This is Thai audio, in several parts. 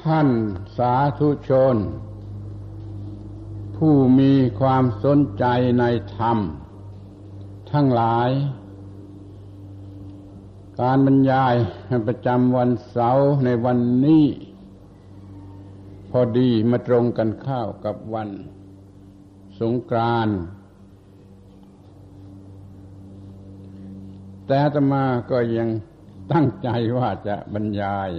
ท่านสาธุชนผู้มีความสนใจในธรรมทั้งหลายการบรรยายประจำวันเสาร์ในวันนี้พอดีมาตรงกันเข้ากับวันสงกรานต์แต่อาตมาก็ยังตั้งใจว่าจะบรรยาย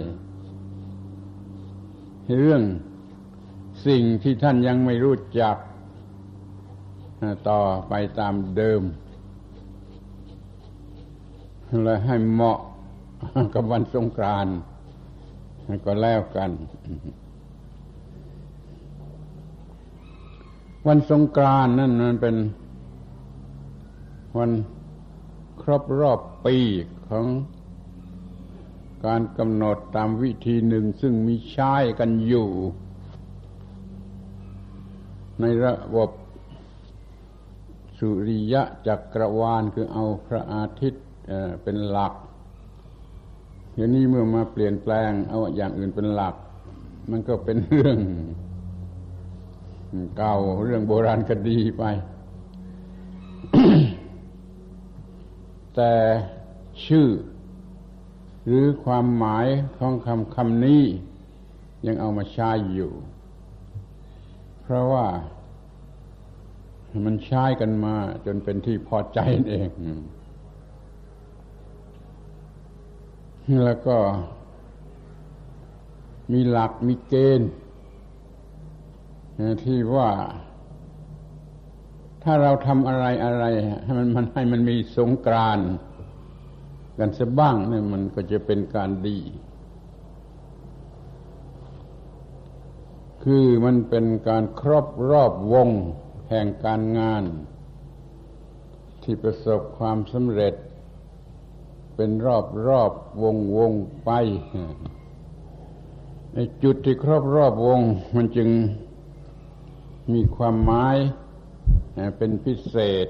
เรื่องสิ่งที่ท่านยังไม่รู้จักต่อไปตามเดิมเลยให้เหมาะกับวันสงกรานต์ก็แล้วกันวันสงกรานต์นั่นมันเป็นวันครบรอบปีของการกำหนดตามวิธีหนึ่งซึ่งมีใช้กันอยู่ในระบบสุริยะจักรวาลคือเอาพระอาทิตย์เป็นหลักเดี๋ยวนี้เมื่อมาเปลี่ยนแปลงเอาอย่างอื่นเป็นหลักมันก็เป็นเรื่องเก่าเรื่องโบราณคดีไป แต่ชื่อหรือความหมายของคำนี้ยังเอามาใช้อยู่เพราะว่ามันใช้กันมาจนเป็นที่พอใจเองแล้วก็มีหลักมีเกณฑ์ที่ว่าถ้าเราทำอะไรให้มันมีสงกรานต์กันสักบ้างเนี่ยมันก็จะเป็นการดีคือมันเป็นการครบรอบวงแห่งการงานที่ประสบความสำเร็จเป็นรอบวงไปในจุดที่ครบรอบวงมันจึงมีความหมายเป็นพิเศษ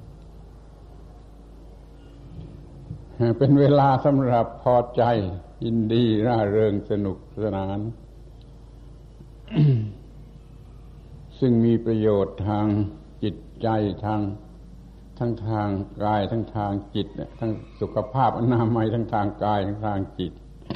เป็นเวลาสำหรับพอใจยินดีร่าเริงสนุกสนาน ซึ่งมีประโยชน์ทางจิตใจทั้งทางกายทั้งทางจิตทั้งสุขภาพอนามัยทั้งทางกายทั้งทางจิต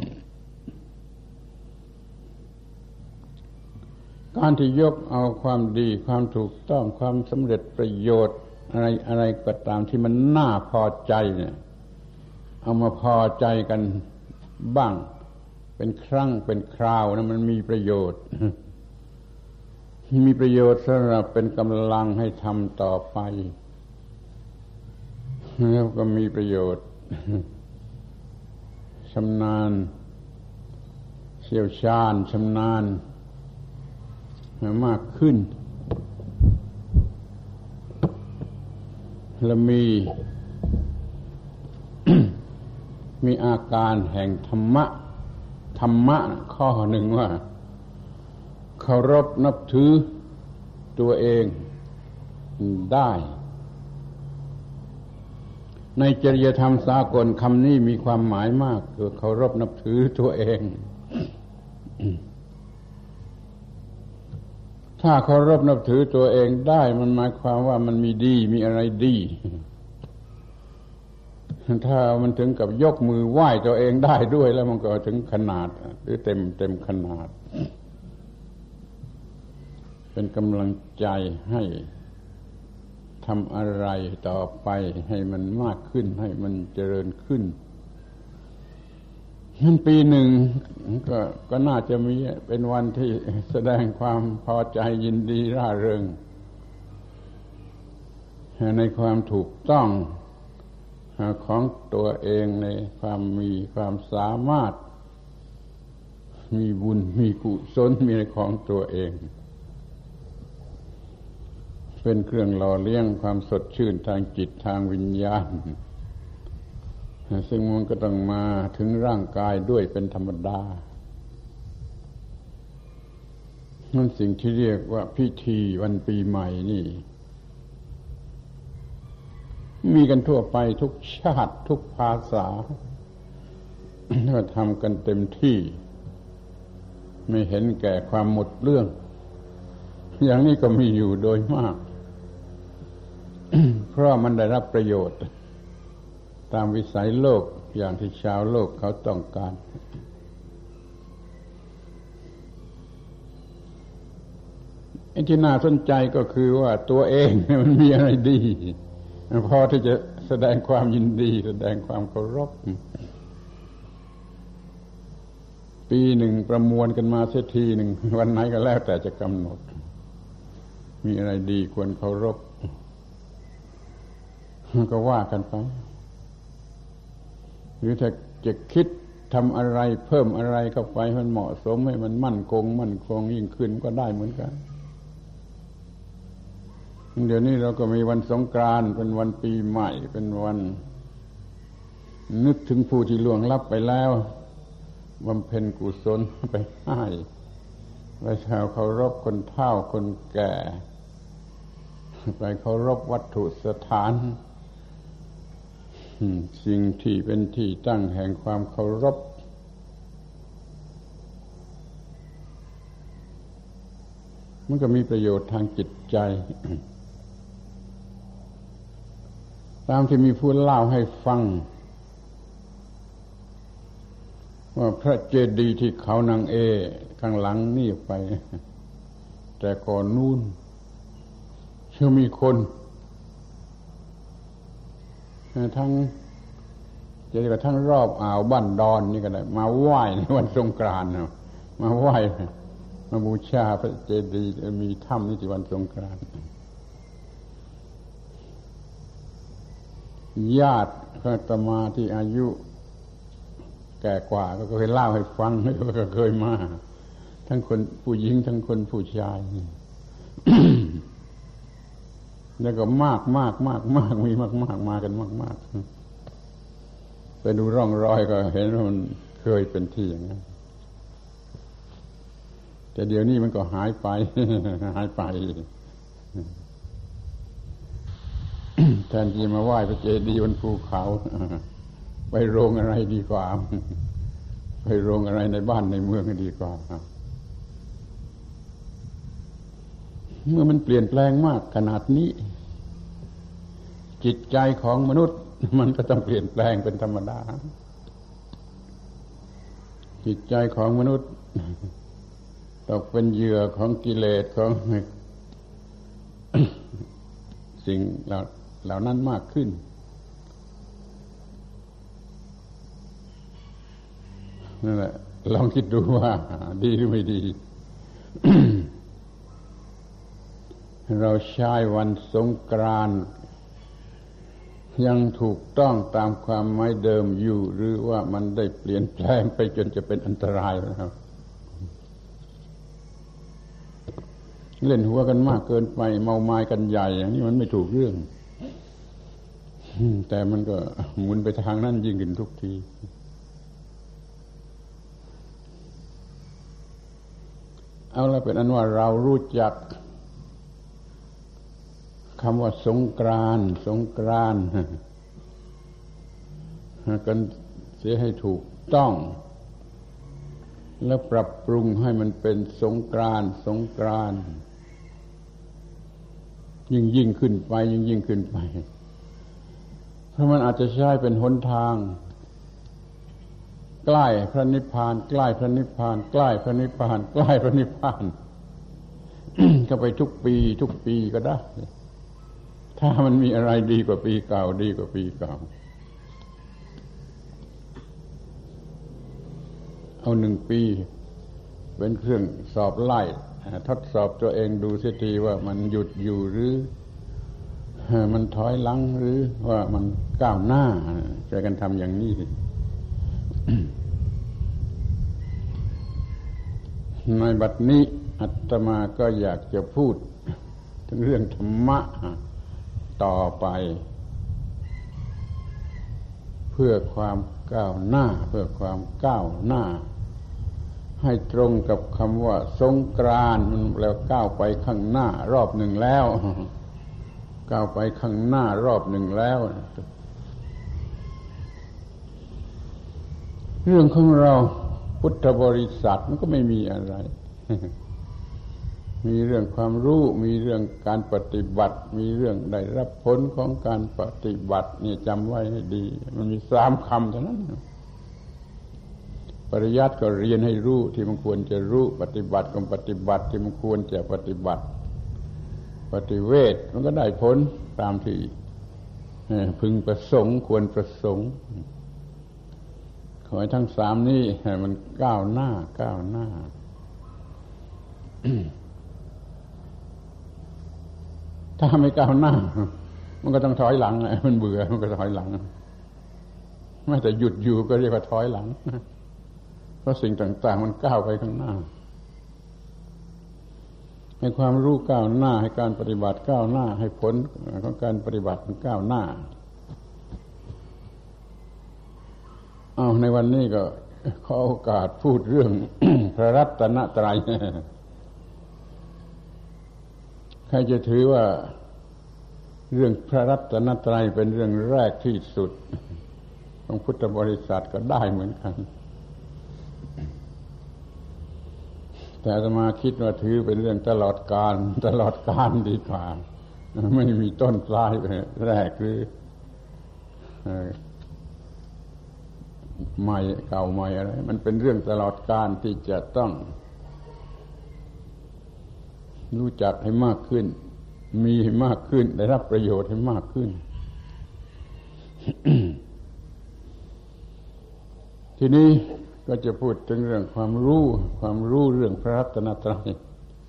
การที่ยกเอาความดีความถูกต้องความสำเร็จประโยชน์อะไรก็ตามที่มันน่าพอใจเนี่ยเอามาพอใจกันบ้างเป็นครั้งเป็นคราวนะมันมีประโยชน์ มีประโยชน์สำหรับเป็นกำลังให้ทำต่อไปแล้วก็มีประโยชน์ ชำนาญเชี่ยวชาญชำนาญมากขึ้นและมี มีอาการแห่งธรรมะข้อหนึ่งว่าเคารพนับถือตัวเองได้ในจริยธรรมสากลคำนี้มีความหมายมากคือเคารพนับถือตัวเอง ถ้าเคารพนับถือตัวเองได้มันหมายความว่ามันมีดีมีอะไรดีถ้ามันถึงกับยกมือไหว้ตัวเองได้ด้วยแล้วมันก็ถึงขนาดหรือเต็มขนาดเป็นกำลังใจให้ทำอะไรต่อไปให้มันมากขึ้นให้มันเจริญขึ้นปีหนึ่งก็น่าจะมีเป็นวันที่แสดงความพอใจยินดีร่าเริงในความถูกต้องของตัวเองในความมีความสามารถมีบุญมีกุศลมีในของตัวเองเป็นเครื่องหล่อเลี้ยงความสดชื่นทางจิตทางวิญญาณซึ่งมันก็ต้องมาถึงร่างกายด้วยเป็นธรรมดานั่นสิ่งที่เรียกว่าพิธีวันปีใหม่นี่มีกันทั่วไปทุกชาติทุกภาษาก็ทำกันเต็มที่ไม่เห็นแก่ความหมดเรื่องอย่างนี้ก็มีอยู่โดยมาก เพราะมันได้รับประโยชน์ตามวิสัยโลกอย่างที่ชาวโลกเขาต้องการไอ้ที่น่าสนใจก็คือว่าตัวเองมันมีอะไรดีพอที่จะแสดงความยินดีแสดงความเคารพปีหนึ่งประมวลกันมาเสียทีหนึ่งวันไหนก็แล้วแต่จะกำหนดมีอะไรดีควรเคารพก็ว่ากันไปหรือถ้าจะคิดทำอะไรเพิ่มอะไรเข้าไปให้มันเหมาะสมให้มันมั่นคงยิ่งขึ้นก็ได้เหมือนกันเดี๋ยวนี้เราก็มีวันสงกรานต์เป็นวันปีใหม่เป็นวันนึกถึงผู้ที่ล่วงลับไปแล้วบำเพ็ญกุศลไปให้ไปชาวเคารพคนเฒ่าคนแก่ไปเคารพวัตถุสถานสิ่งที่เป็นที่ตั้งแห่งความเคารพมันก็มีประโยชน์ทางจิตใจตามที่มีผู้เล่าให้ฟังว่าพระเจดีย์ที่เขานางเอข้างหลังนี่ไปแต่ก่อนนู้นเชื่อมีคนทั้งจะเรียกว่าทั้งรอบอ่าวบ้านดอนนี่ก็ได้มาไหว้ในวันสงกรานต์มาไหว้มาบูชาพระเจดีย์มีถ้ำนี่ที่วันสงกรานต์ญาติของอาตมาที่อายุแก่กว่าก็เคยเล่าให้ฟังก็เคยมาทั้งคนผู้หญิงทั้งคนผู้ชาย แล้วก็มากมีมากมากันมากไปดูร่องรอยก็เห็นว่ามันเคยเป็นที่อย่างนั้นแต่เดี๋ยวนี้มันก็หายไป แทนที่มาไหว้พระเจดีย์บนภูเขาไปโรงอะไรดีกว่าไปโรงอะไรในบ้านในเมืองดีกว่าเมื่อมันเปลี่ยนแปลงมากขนาดนี้จิตใจของมนุษย์มันก็ต้องเปลี่ยนแปลงเป็นธรรมดาจิตใจของมนุษย์ตกเป็นเหยื่อของกิเลสของสิ่งเหล่านั้นมากขึ้นนั่นแหละลองคิดดูว่าดีหรือไม่ดี เราใช้วันสงกรานต์ยังถูกต้องตามความหมายเดิมอยู่หรือว่ามันได้เปลี่ยนแปลงไปจนจะเป็นอันตรายแล้วครับเล่นหัวกันมากเกินไปเมาไม้กันใหญ่อย่างนี้มันไม่ถูกเรื่องแต่มันก็หมุนไปทางนั้นยิ่งขึ้นทุกทีเอาละเป็นอันว่าเรารู้จักคำว่าสงกรานต์กันเสียให้ถูกต้องแล้วปรับปรุงให้มันเป็นสงกรานต์ยิ่งขึ้นไปยิ่งขึ้นไปเพราะมันอาจจะใช้เป็นหนทางใกล้พระนิพพานใกล้พระนิพพานใกล้พระนิพพานใกล้พระนิพพาน ก็ไปทุกปีก็ได้ถ้ามันมีอะไรดีกว่าปีเก่าเอา1 ปีเป็นเครื่องสอบไล่ทดสอบตัวเองดูเสียทีว่ามันหยุดอยู่หรือมันถอยหลังหรือว่ามันก้าวหน้าช่วยกันทำอย่างนี้ ในบัดนี้อาตมาก็อยากจะพูดถึงเรื่องธรรมะต่อไปเพื่อความก้าวหน้าให้ตรงกับคำว่าสงกรานต์มันแล้วก้าวไปข้างหน้ารอบหนึ่งแล้วก้าวไปข้างหน้ารอบหนึ่งแล้วเรื่องของเราพุทธบริษัทมันก็ไม่มีอะไร มีเรื่องความรู้มีเรื่องการปฏิบัติมีเรื่องได้รับผลของการปฏิบัตินี่จำไว้ให้ดีมันมี3 คำเท่านั้นปริยัติก็เรียนให้รู้ที่มันควรจะรู้ปฏิบัติก็ปฏิบัติที่มันควรจะปฏิบัติปฏิเวทมันก็ได้ผลตามที่พึงประสงค์ควรประสงค์ขอให้ทั้ง3นี้มันก้าวหน้าถ้าไม่ก้าวหน้ามันก็ต้องถอยหลังมันเบื่อมันก็ถอยหลังแม้แต่หยุดอยู่ก็เรียกว่าถอยหลังเพราะสิ่งต่างๆมันก้าวไปข้างหน้าให้ความรู้ก้าวหน้าให้การปฏิบัติก้าวหน้าให้ผลของการปฏิบัติมันก้าวหน้าในวันนี้ก็ขอโอกาสพูดเรื่อง พระรัตนตรัยใครจะถือว่าเรื่องพระรัตนตรัยเป็นเรื่องแรกที่สุดของพุทธบริษัทก็ได้เหมือนกันแต่อาตมาคิดว่าถือเป็นเรื่องตลอดกาลดีกว่าไม่มีต้นปลายแรกหรือใหม่เก่าใหม่อะไรมันเป็นเรื่องตลอดกาลที่จะต้องรู้จักให้มากขึ้นมีให้มากขึ้นได้รับประโยชน์ให้มากขึ้น ทีนี้ก็จะพูดถึงเรื่องความรู้เรื่องพระรัตนตรัย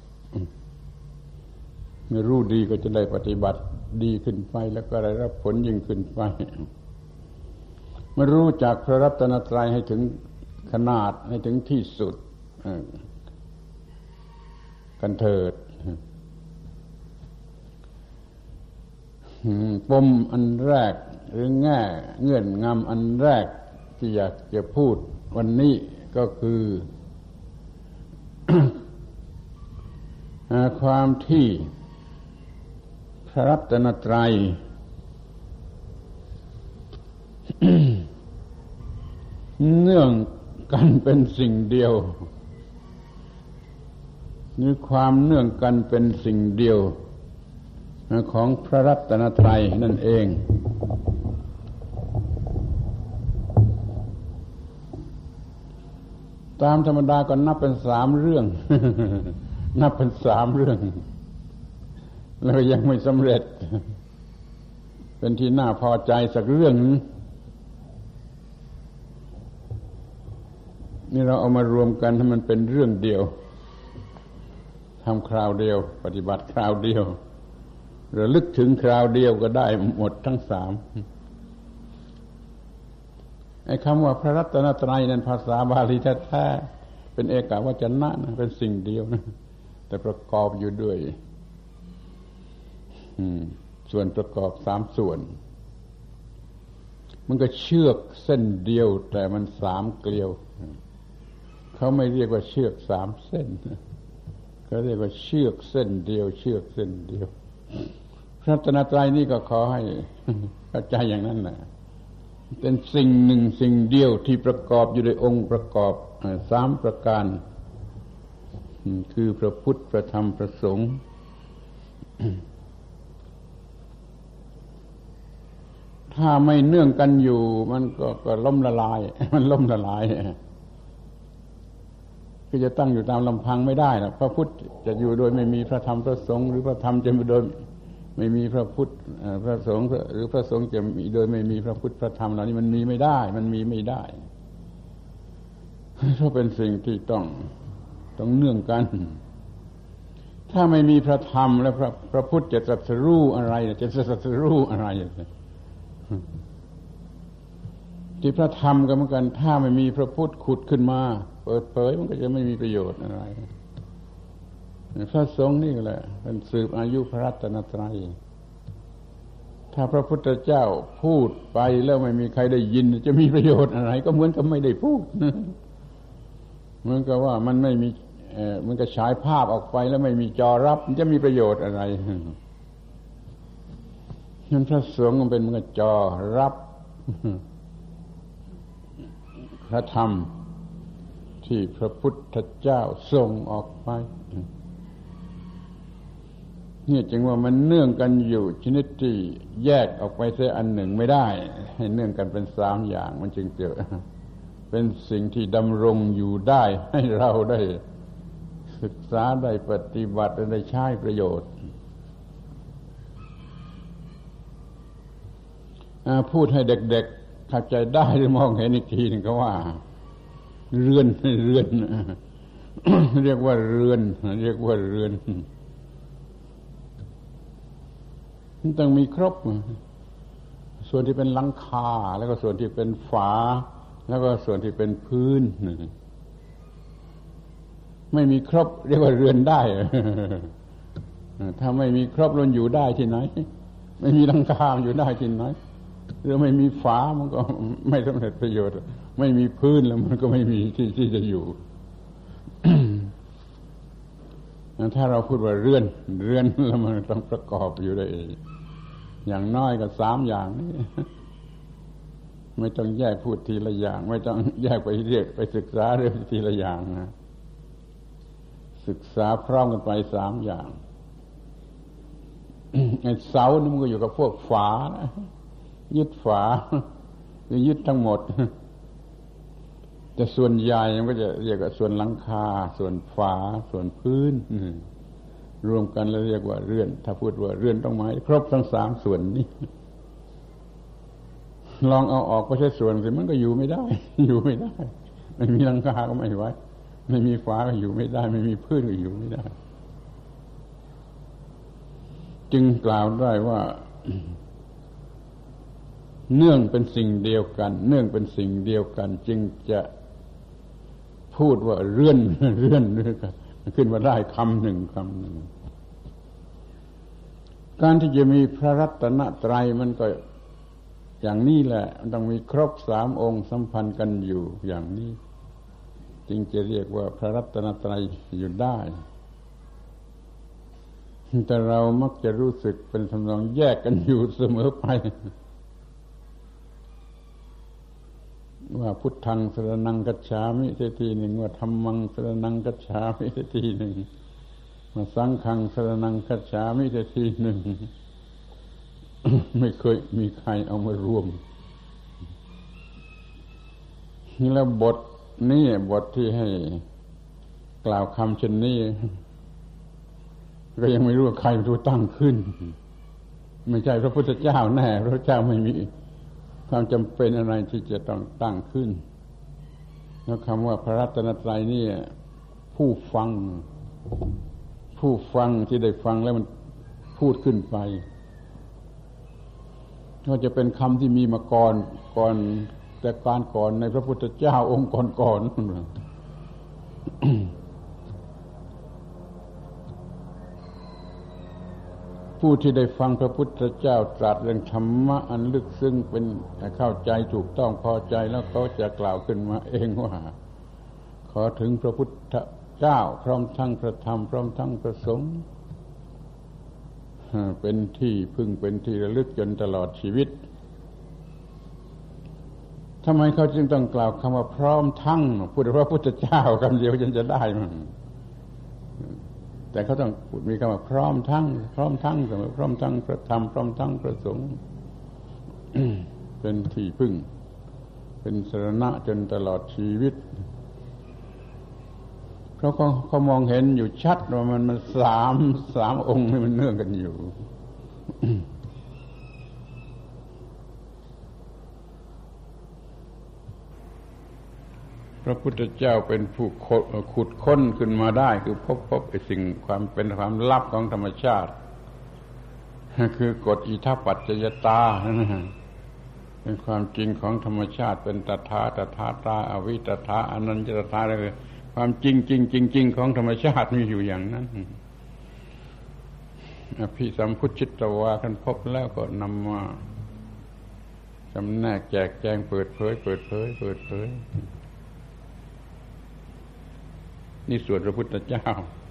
เมื่อรู้ดีก็จะได้ปฏิบัติดีขึ้นไปแล้วก็ได้รับผลยิ่งขึ้นไปเมื่อรู้จักพระรัตนตรัยให้ถึงขนาดให้ถึงที่สุดกันเถิดปมอันแรกหรือเงื่อนงำอันแรกที่อยากจะพูดวันนี้ก็คือ ความที่พระรัตนตรัย เนื่องกันเป็นสิ่งเดียวนี่ความเนื่องกันเป็นสิ่งเดียวของพระรัตนตรัยนั่นเองตามธรรมดาก็นับเป็น3 เรื่อง นับเป็น3 เรื่องแล้วยังไม่สำเร็จเป็นที่น่าพอใจสักเรื่องนี่เราเอามารวมกันให้มันเป็นเรื่องเดียวทำคราวเดียวปฏิบัติคราวเดียวระลึกถึงคราวเดียวก็ได้หมดทั้ง3ไอ้คำว่าพระรัตนตรัยนั้นภาษาบาลีแท้ๆเป็นเอกวจนะนะเป็นสิ่งเดียวนะแต่ประกอบอยู่ด้วยส่วนประกอบ3 ส่วนมันก็เชือกเส้นเดียวแต่มัน3 เกลียวเขาไม่เรียกว่าเชือก3 เส้นเขาเรียกว่าเชือกเส้นเดียวเชือกเส้นเดียวพระรัตนตรัยนี่ก็ขอให้เข้าใจอย่างนั้นนะเป็นสิ่งหนึ่งสิ่งเดียวที่ประกอบอยู่ด้วยองค์ประกอบ3 ประการคือพระพุทธพระธรรมพระสงฆ์ถ้าไม่เนื่องกันอยู่มันก็ล้มละลายมันล้มละลายก็จะตั้งอยู่ตามลำพังไม่ได้นะพระพุทธจะอยู่โดยไม่มีพระธรรมพระสงฆ์หรือพระธรรมจะอยู่โดยไม่มีพระพุทธพระสงฆ์หรือพระสงฆ์จะมีโดยไม่มีพระพุทธพระธรรมเหล่านี้มันมีไม่ได้เพราะเป็นสิ่งที่ต้องเนื่องกันถ้าไม่มีพระธรรมและพระพุทธจะตรัสรู้อะไรจะตรัสรู้อะไรที่พระธรรมก็เหมือนกันถ้าไม่มีพระพุทธขุดขึ้นมาเปิดเผยมันก็จะไม่มีประโยชน์อะไรพระสงฆ์นี่แหละเป็นสืบอายุพระรัตนตรัยถ้าพระพุทธเจ้าพูดไปแล้วไม่มีใครได้ยินจะมีประโยชน์อะไรก็เหมือนกับไม่ได้พูดเหมือนกับว่ามันไม่มีมันก็ฉายภาพออกไปแล้วไม่มีจอรับมันจะมีประโยชน์อะไรนั่นพระสงฆ์มันเป็นเหมือนกับจอรับพระธรรมทที่พระพุทธเจ้าส่งออกไปนี่จึงว่ามันเนื่องกันอยู่ชนิดที่แยกออกไปเสียอันหนึ่งไม่ได้ให้เนื่องกันเป็นสามอย่างมันจึงเกิดเป็นสิ่งที่ดำรงอยู่ได้ให้เราได้ศึกษาได้ปฏิบัติได้ใช้ประโยชน์พูดให้เด็กๆเข้าใจได้หรือมองเห็นอีกทีนึงก็ว่าเรือน เรียกว่าเรือนมันต้องมีครบส่วนที่เป็นหลังคาแล้วก็ส่วนที่เป็นฝาแล้วก็ส่วนที่เป็นพื้นไม่มีครบเรียกว่าเรือนได้ถ้าไม่มีครบมันอยู่ได้ที่ไหนไม่มีหลังคาอยู่ได้ที่ไหนหรือไม่มีฝามันก็ไม่สำเร็จประโยชน์ไม่มีพื้นแล้วมันก็ไม่มีที่จะอยู่ ถ้าเราพูดว่าเรือนแล้วมันต้องประกอบอยู่ได้อย่างน้อยก็สามอย่างนี้ไม่ต้องแยกพูดทีละอย่างไม่ต้องแยกไปเรียกไปศึกษาเรื่องทีละอย่างนะศึกษาพร้อมกันไปสามอย่างไอ้เสานี่มันก็อยู่กับพวกฝานะยึดฝาหรือยึดทั้งหมดแต่ส่วนใหญ่มันก็จะเรียกว่าส่วนหลังคาส่วนฝาส่วนพื้นรวมกันแล้วเรียกว่าเรือนถ้าพูดว่าเรือนต้องหมายครบทั้งสามส่วนนี้ลองเอาออกก็ใช้ส่วนสิมันก็อยู่ไม่ได้ไม่มีหลังคาก็ไม่ไหวไม่มีฝาก็อยู่ไม่ได้ไม่มีพื้นก็อยู่ไม่ได้จึงกล่าวได้ว่าเนื่องเป็นสิ่งเดียวกันจึงจะพูดว่าเรือนด้วยกันขึ้นมาได้คำหนึ่งการที่จะมีพระรัตนตรัยมันก็อย่างนี้แหละมันต้องมีครบสามองค์สัมพันธ์กันอยู่อย่างนี้จึงจะเรียกว่าพระรัตนตรัยอยู่ได้แต่เรามักจะรู้สึกเป็นทำนองแยกกันอยู่เสมอไปว่าพุทธังสรณังคัจฉามิเสียทีหนึ่งว่าธัมมังสรณังคัจฉามิเสียทีหนึ่งว่าสังฆังสรณังคัจฉามิเสียทีหนึ่ง ไม่เคยมีใครเอามารวมนี่แล้วบทนี้บทที่ให้กล่าวคำเช่นนี้ก็ยังไม่รู้ว่าใครเป็นผู้ตั้งขึ้นไม่ใช่พระพุทธเจ้าแน่พระเจ้าไม่มีความจำเป็นอะไรที่จะต้องตั้งขึ้นแล้วคำว่าพระรัตนตรัยนี่ผู้ฟังที่ได้ฟังแล้วมันพูดขึ้นไปก็จะเป็นคำที่มีมาก่อนแต่การก่อนในพระพุทธเจ้าองค์ก่อนผู้ที่ได้ฟังพระพุทธเจ้าตรัสเรื่องธรรมะอันลึกซึ้งเป็นเข้าใจถูกต้องพอใจแล้วเขาจะกล่าวขึ้นมาเองว่าขอถึงพระพุทธเจ้าพร้อมทั้งพระธรรมพร้อมทั้งพระสงฆ์เป็นที่พึ่งเป็นที่ระลึกจนตลอดชีวิตทำไมเขาจึงต้องกล่าวคำว่าพร้อมทั้งพูดว่าพระพุทธเจ้าคำเดียวจะได้มั้งแต่เขาต้องมีคำว่าพร้อมทั้งเสมอพร้อมทั้งพระธรรมพร้อมทั้งพระสงฆ์ เป็นที่พึ่งเป็นสรณะจนตลอดชีวิตเขามองเห็นอยู่ชัดว่ามันสามองค์นี่มันเนื่องกันอยู่ พระพุทธเจ้าเป็นผู้ขุดค้นขึ้นมาได้คือพบไอ้สิ่งความเป็นความลับของธรรมชาติคือกฎอิทัปปัจจยตาเป็นความจริงของธรรมชาติเป็นตถาตาอวิตถาอนัญญตถาอะไรความจริงของธรรมชาติมีอยู่อย่างนั้นอภิสัมพุทธิตวาท่านพบแล้วก็นำมาจำแนกแจกแจงเปิดเผยนี่ส่วนพระพุทธเจ้า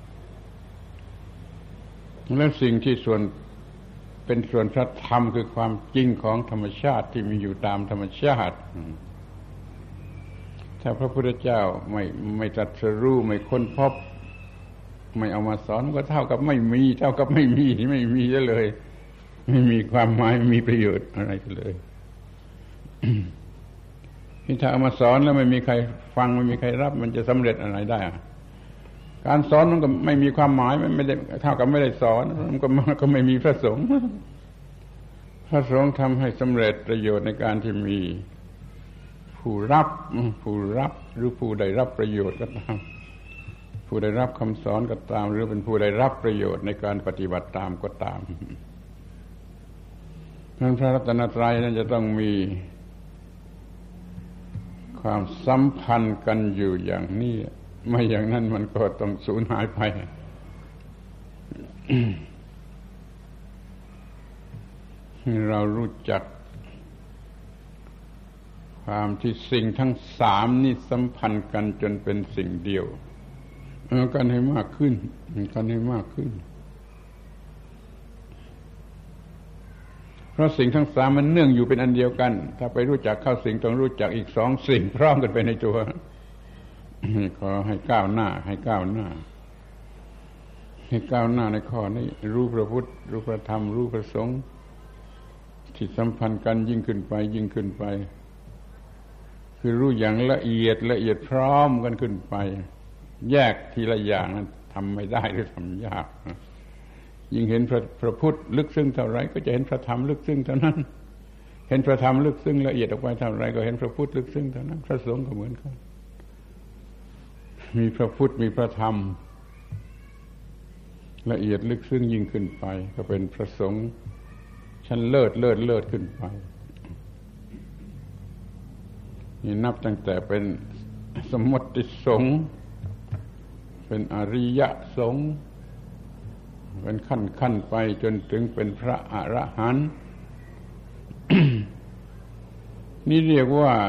แล้วสิ่งที่เป็นส่วนพระธรรมคือความจริงของธรรมชาติที่มีอยู่ตามธรรมชาติถ้าพระพุทธเจ้าไม่ตรัสรู้ไม่ค้นพบไม่เอามาสอนก็เท่ากับไม่มีเลยไม่มีความหมายไม่มีประโยชน์อะไรเลยที่ถ้าเอามาสอนแล้วไม่มีใครฟังไม่มีใครรับมันจะสำเร็จอะไรได้การสอนมันก็ไม่มีความหมายมันไม่ได้เท่ากับไม่ได้สอนมันก็ไม่มีพระสงฆ์พระสงฆ์ทำให้สำเร็จประโยชน์ในการที่มีผู้รับหรือผู้ได้รับประโยชน์ก็ตามผู้ได้รับคำสอนก็ตามหรือเป็นผู้ได้รับประโยชน์ในการปฏิบัติตามก็ตามนั้นพระรัตนตรัยนั้นจะต้องมีความสัมพันธ์กันอยู่อย่างนี้ไม่อย่างนั้นมันก็ต้องสูญหายไปเรารู้จักความที่สิ่งทั้งสามนี่สัมพันธ์กันจนเป็นสิ่งเดียวกันให้มากขึ้นเพราะสิ่งทั้งสามมันเนื่องอยู่เป็นอันเดียวกันถ้าไปรู้จักเข้าสิ่งต้องรู้จักอีกสองสิ่งพร้อมกันไปในตัวขอให้ก้าวหน้าในข้อนี้รู้พระพุทธรู้พระธรรมรู้พระสงฆ์ที่สัมพันธ์กันยิ่งขึ้นไปคือรู้อย่างละเอียดพร้อมกันขึ้นไปแยกทีละอย่างนั้นทำไม่ได้หรือทำยากยิ่งเห็นพระพุทธลึกซึ้งเท่าไรก็จะเห็นพระธรรมลึกซึ้งเท่านั้นเห็นพระธรรมลึกซึ้งละเอียดออกไปเท่าไรก็เห็นพระพุทธลึกซึ้งเท่านั้นพระสงฆ์ก็เหมือนกันมีพระพุทธมีพระธรรมละเอียดลึกซึ้งยิ่งขึ้นไปก็เป็นพระสงฆ์ชั้นเลิศขึ้นไปนี่นับตั้งแต่เป็นสมมติสงฆ์เป็นอริยสงฆ์เป็นขั้นไปจนถึงเป็นพระอรหันต์ นี่เรียกว่า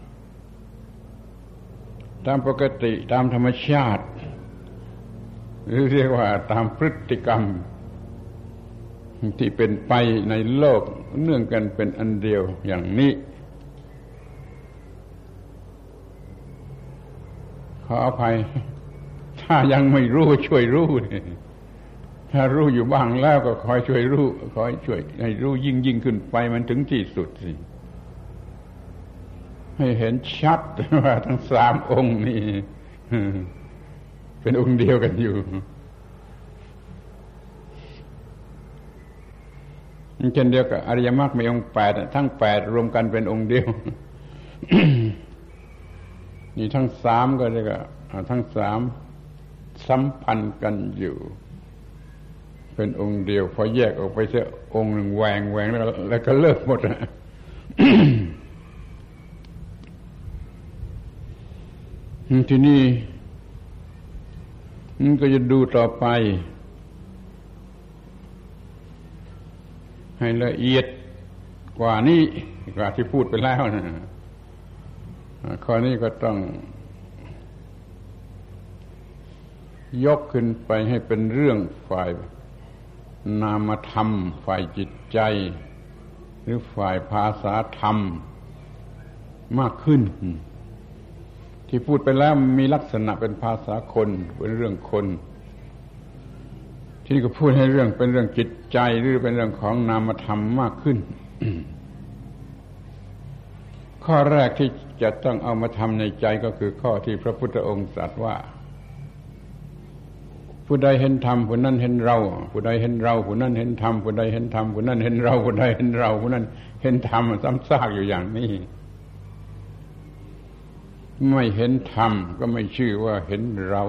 ตามปกติตามธรรมชาติหรือเรียกว่าตามพฤติกรรมที่เป็นไปในโลกเนื่องกันเป็นอันเดียวอย่างนี้ขออภัยถ้ายังไม่รู้ช่วยรู้ถ้ารู้อยู่บ้างแล้วก็คอยช่วยรู้คอยช่วยให้รู้ยิ่งขึ้นไปมันถึงที่สุดสิให้เห็นชัดว่าทั้งสามองค์นี่เป็นองค์เดียวกันอยู่เช่นเดียวกับอริยมรรคมีองค์8ทั้ง8รวมกันเป็นองค์เดียว นี่ทั้งสามก็เรียกว่าทั้งสามสัมพันธ์กันอยู่เป็นองค์เดียวพอแยกออกไปเสียองค์หนึ่งแหวงแล้วก็เลิกหมด ทีนี้มันก็จะดูต่อไปให้ละเอียดกว่านี้กว่าที่พูดไปแล้วนะข้อนี้ก็ต้องยกขึ้นไปให้เป็นเรื่องฝ่ายนามธรรมฝ่ายจิตใจหรือฝ่ายภาษาธรรมมากขึ้นที่พูดไปแล้วมีลักษณะเป็นภาษาคนเป็นเรื่องคนที่ก็พูดให้เรื่องเป็นเรื่องจิตใจหรือเป็นเรื่องของนามธรรมมากขึ้น ข้อแรกที่จะต้องเอามาทำในใจก็คือข้อที่พระพุทธองค์ตรัสว่าผู้ใดเห็นธรรมผู้นั้นเห็นเราผู้ใดเห็นเราผู้นั้นเห็นธรรมผู้ใดเห็นธรรมผู้นั้นเห็นเราผู้ใดเห็นเราผู้นั้นเห็นธรรมซ้ำซากอยู่อย่างนี้ไม่เห็นธรรมก็ไม่ชื่อว่าเห็นเรา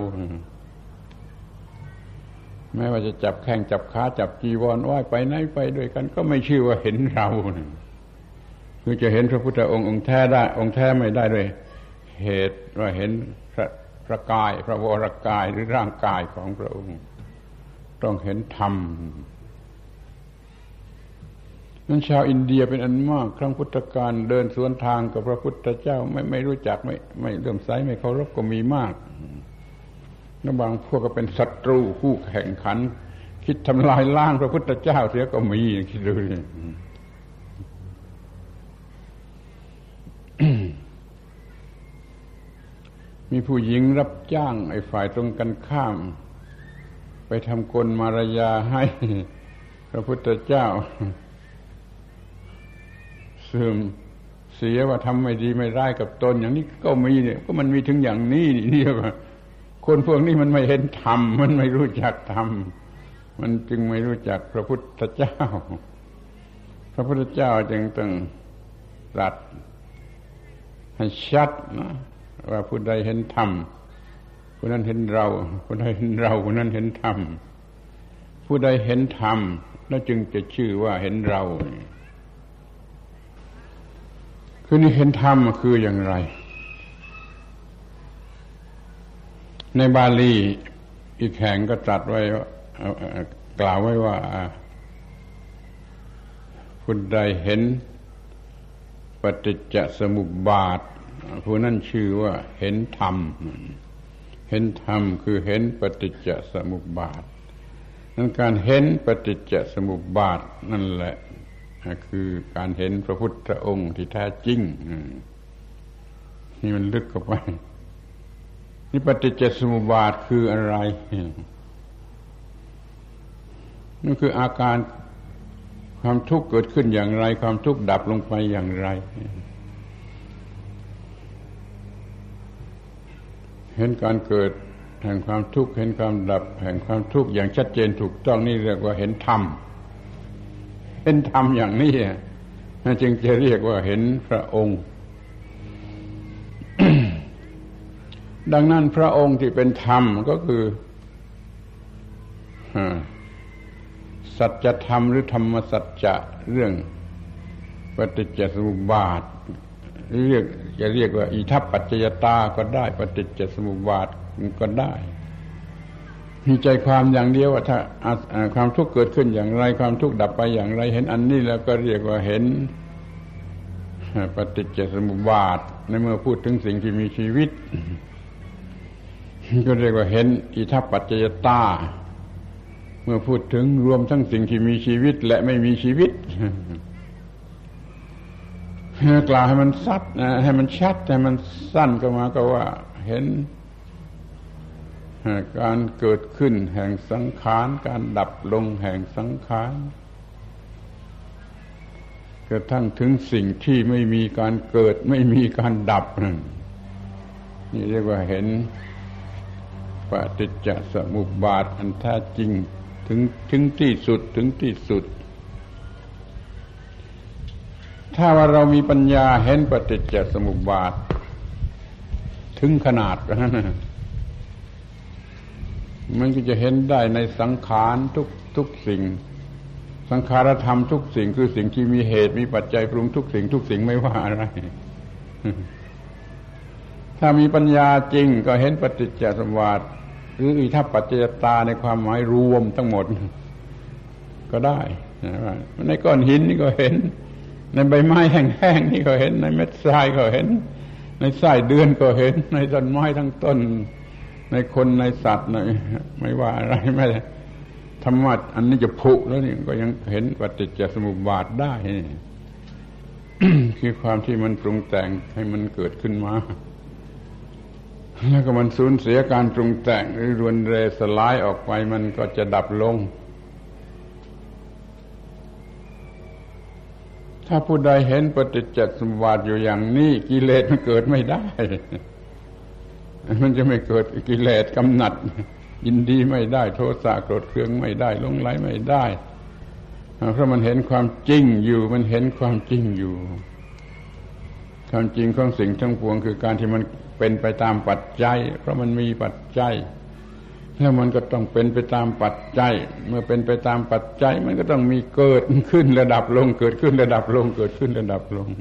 แม้ว่าจะจับแข้งจับขาจับจีวรไหว้ไปไหนไปด้วยกันก็ไม่ชื่อว่าเห็นเราคือจะเห็นพระพุทธองค์แท้ได้องค์แท้ไม่ได้ด้วยเหตุว่าเห็นพระกายพระวรกายหรือร่างกายของพระองค์ต้องเห็นธรรมนั้นชาวอินเดียเป็นอันมากครั้งพุทธกาลเดินสวนทางกับพระพุทธเจ้าไม่รู้จักไม่เลื่อมใสไม่เคารพก็มีมากแล้วบางพวกก็เป็นศัตรูคู่แข่งขันคิดทำลายล้างพระพุทธเจ้าเสียก็มีคิดดูดิมีผู้หญิงรับจ้างไอ้ฝ่ายตรงกันข้ามไปทำกลมารยาให้พระพุทธเจ้าเสื่อมเสียว่าทำไม่ดีไม่ร้ายกับตนอย่างนี้ก็มีเนี่ยก็มันมีถึงอย่างนี้นี่ว่าคนพวกนี้มันไม่เห็นธรรมมันไม่รู้จักธรรมมันจึงไม่รู้จักพระพุทธเจ้าพระพุทธเจ้าจึงต้องตรัสให้ชัดนะว่าผู้ใดเห็นธรรมผู้นั้นเห็นเราผู้ใดเห็นเราผู้นั้นเห็นธรรมผู้ใดเห็นธรรมแล้วจึงจะชื่อว่าเห็นเราคือนี่เห็นธรรมคืออย่างไรในบาลีอีกแห่งก็ตรัสไว้กล่าวไว้ว่าผู้ใดเห็นปฏิจจสมุปบาทผู้นั้นชื่อว่าเห็นธรรมเห็นธรรมคือเห็นปฏิจจสมุปบาทนั้นการเห็นปฏิจจสมุปบาทนั่นแหละคือการเห็นพระพุทธองค์ที่แท้จริงนี่มันลึกเข้าไปนี่ปฏิจจสมุปบาทคืออะไรนั่นคืออาการความทุกข์เกิดขึ้นอย่างไรความทุกข์ดับลงไปอย่างไรเห็นการเกิดแห่งความทุกข์เห็นความดับแห่งความทุกข์อย่างชัดเจนถูกต้องนี่เรียกว่าเห็นธรรมเห็นธรรมอย่างนี้จึงจะเรียกว่าเห็นพระองค์ ดังนั้นพระองค์ที่เป็นธรรมก็คือสัจธรรมหรือธรรมสัจจะเรื่องปฏิจจสมุปบาทจะเรียกว่าอิทัปปัจจยตาก็ได้ปฏิจจสมุปบาทก็ได้มีใจความอย่างเดียวว่าถ้าความทุกข์เกิดขึ้นอย่างไรความทุกข์ดับไปอย่างไรเห็นอันนี้แล้วก็เรียกว่าเห็นปฏิจจสมุปบาทในเมื่อพูดถึงสิ่งที่มีชีวิตก็เรียกว่าเห็นอิทัปปัจจยตาเมื่อพูดถึงรวมทั้งสิ่งที่มีชีวิตและไม่มีชีวิตกล่าวให้มันชัดให้มันชัดให้มันสั้นก็มาก็ว่าเห็นการเกิดขึ้นแห่งสังขารการดับลงแห่งสังขารกระทั่งถึงสิ่งที่ไม่มีการเกิดไม่มีการดับนี่เรียกว่าเห็นปฏิจจสมุปบาทอันแท้จริงถึงที่สุดถึงที่สุดถ้าว่าเรามีปัญญาเห็นปฏิจจสมุปบาทถึงขนาดนั้นมันก็จะเห็นได้ในสังขารทุกสิ่งสังขารธรรมทุกสิ่งคือสิ่งที่มีเหตุมีปัจจัยปรุงทุกสิ่งไม่ว่าอะไรถ้ามีปัญญาจริงก็เห็นปฏิจจสมุปบาทหรืออิทัปปัจจยตาในความหมายรวมทั้งหมดก็ได้ในก้อนหินนี่ก็เห็นในใบไม้แห้งๆนี่ก็เห็นในเม็ดทรายก็เห็นในไส้เดือนก็เห็นในต้นไม้ทั้งต้นในคนในสัตว์ไม่ว่าอะไรไม่ธรรมะอันนี้จะผุแล้วนี่ก็ยังเห็นปฏิจจสมุปบาทได้ คือความที่มันปรุงแต่งให้มันเกิดขึ้นมาแล้วก็มันสูญเสียการปรุงแต่งหรือรวนเรสลายออกไปมันก็จะดับลงถ้าผู้ใดเห็นปฏิจจสมุปบาทอยู่อย่างนี้กิเลสมันเกิดไม่ได้มันจะไม่เกิดกิเลสกำหนัดยินดีไม่ได้โทสะโกรธเคืองไม่ได้หลงไหลไม่ได้เพราะมันเห็นความจริงอยู่มันเห็นความจริงอยู่ความจริงของสิ่งทั้งปวงคือการที่มันเป็นไปตามปัจจัยเพราะมันมีปัจจัยแล้วมันก็ต้องเป็นไปตามปัจจัยเมื่อเป็นไปตามปัจจัยมันก็ต้องมีเกิดขึ้นระดับลงเกิดขึ้นระดับลงเกิดขึ้นระดับลง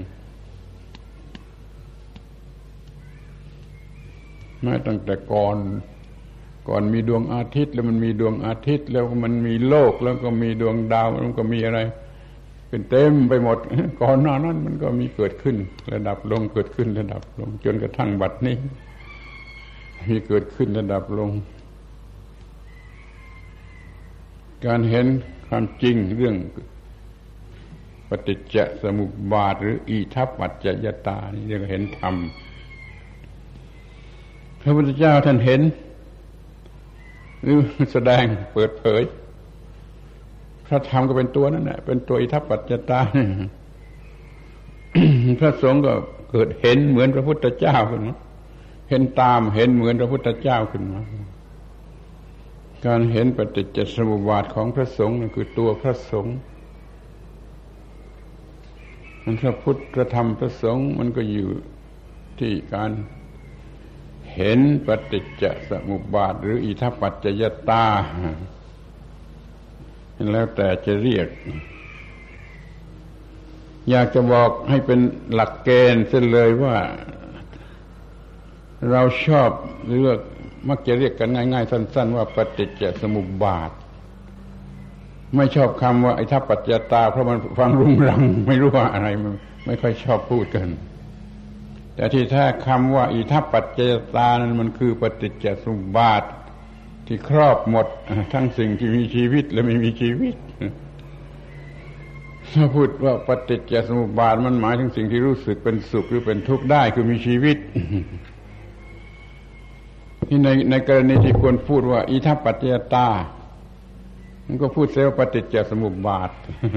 ไม่ตั้งแต่ก่อนมีดวงอาทิตย์แล้วมันมีดวงอาทิตย์แล้วมันมีโลกแล้วก็มีดวงดาวแล้วก็มีอะไรเป็นเต็มไปหมดก่อนหน้านั้นมันก็มีเกิดขึ้นระดับลงเกิดขึ้นระดับลงจนกระทั่งบัดนี้มีเกิดขึ้นระดับลงการเห็นความจริงเรื่องปฏิจจสมุปบาทหรืออิทัปปัจจยตานี่เรียกเห็นธรรมพระพุทธเจ้าท่านเห็นหรือแสดงเปิดเผยพระธรรมก็เป็นตัวนั่นแหละเป็นตัวอิทัปปัจจตา พระสงฆ์ก็เกิดเห็นเหมือนพระพุทธเจ้าขึ้นมาเห็นตามเห็นเหมือนพระพุทธเจ้าขึ้นมาการเห็นปฏิจจสมุปบาทของพระสงฆ์นั่นคือตัวพระสงฆ์มันพระพุทธพระธรรมพระสงฆ์มันก็อยู่ที่การเห็นปฏิจจสมุปบาทหรืออิทัปปัจจยตาแล้วแต่จะเรียกอยากจะบอกให้เป็นหลักเกณฑ์เส้นเลยว่าเราชอบหรือมักจะเรียกกันง่ายๆสั้นๆว่าปฏิจจสมุปบาทไม่ชอบคำว่าอิทัปปัจจยตาเพราะมันฟังรุงรังไม่รู้ว่าอะไรมันไม่ค่อยชอบพูดกันแต่ที่แท้คำว่าอิทัปปัจจยตานั้นมันคือปฏิจจสมุปบาทที่ครอบหมดทั้งสิ่งที่มีชีวิตและไม่มีชีวิตถ้าพูดว่าปฏิจจสมุปบาทมันหมายถึงสิ่งที่รู้สึกเป็นสุขหรือเป็นทุกข์ได้คือมีชีวิตที่ในกรณีที่ควรพูดว่าอิทัปปัจจยตามันก็พูดเสียว่าปฏิจจสมุปบาท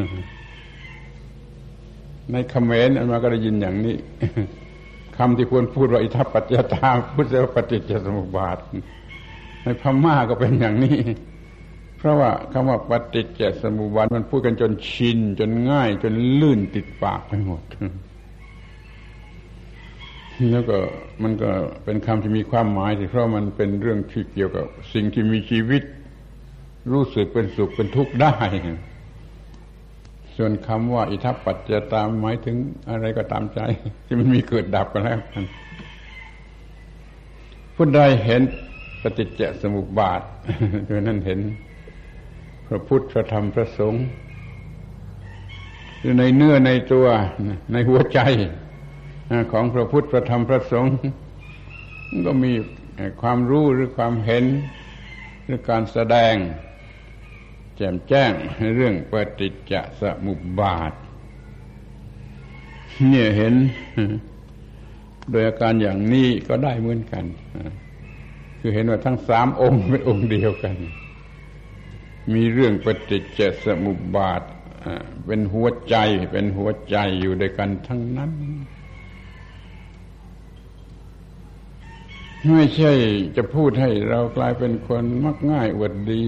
ในเขมรมาก็ได้ยินอย่างนี้คำที่ควรพูดว่าอิทัปปัจจยตาพูดเสียว่าปฏิจจสมุปบาทในพม่าก็เป็นอย่างนี้เพราะว่าคำว่าปฏิจจสมุปบาทมันพูดกันจนชินจนง่ายจนลื่นติดปากไปหมดแล้วก็มันก็เป็นคำที่มีความหมายเพราะมันเป็นเรื่องที่เกี่ยวกับสิ่งที่มีชีวิตรู้สึกเป็นสุขเป็นทุกข์ได้ส่วนคำว่าอิทัปปัจจยตาหมายถึงอะไรก็ตามใจที่มันมีเกิดดับกันแล้วกันผู้ใดเห็นปฏิจจสมุปบาทโดยนั้นเห็นพระพุทธพระธรรมพระสงฆ์อยู่ในเนื้อในตัวในหัวใจของพระพุทธพระธรรมพระสงฆ์ก็มีความรู้หรือความเห็นหรือการแสดงแจ่มแจ้งเรื่องปฏิจจสมุปบาทเนี่ยเห็นโดยอาการอย่างนี้ก็ได้เหมือนกันคือเห็นว่าทั้งสามองค์เป็นองค์เดียวกันมีเรื่องปฏิจจสมุปบาทเป็นหัวใจอยู่ด้วยกันทั้งนั้นไม่ใช่จะพูดให้เรากลายเป็นคนมักง่ายอวดดี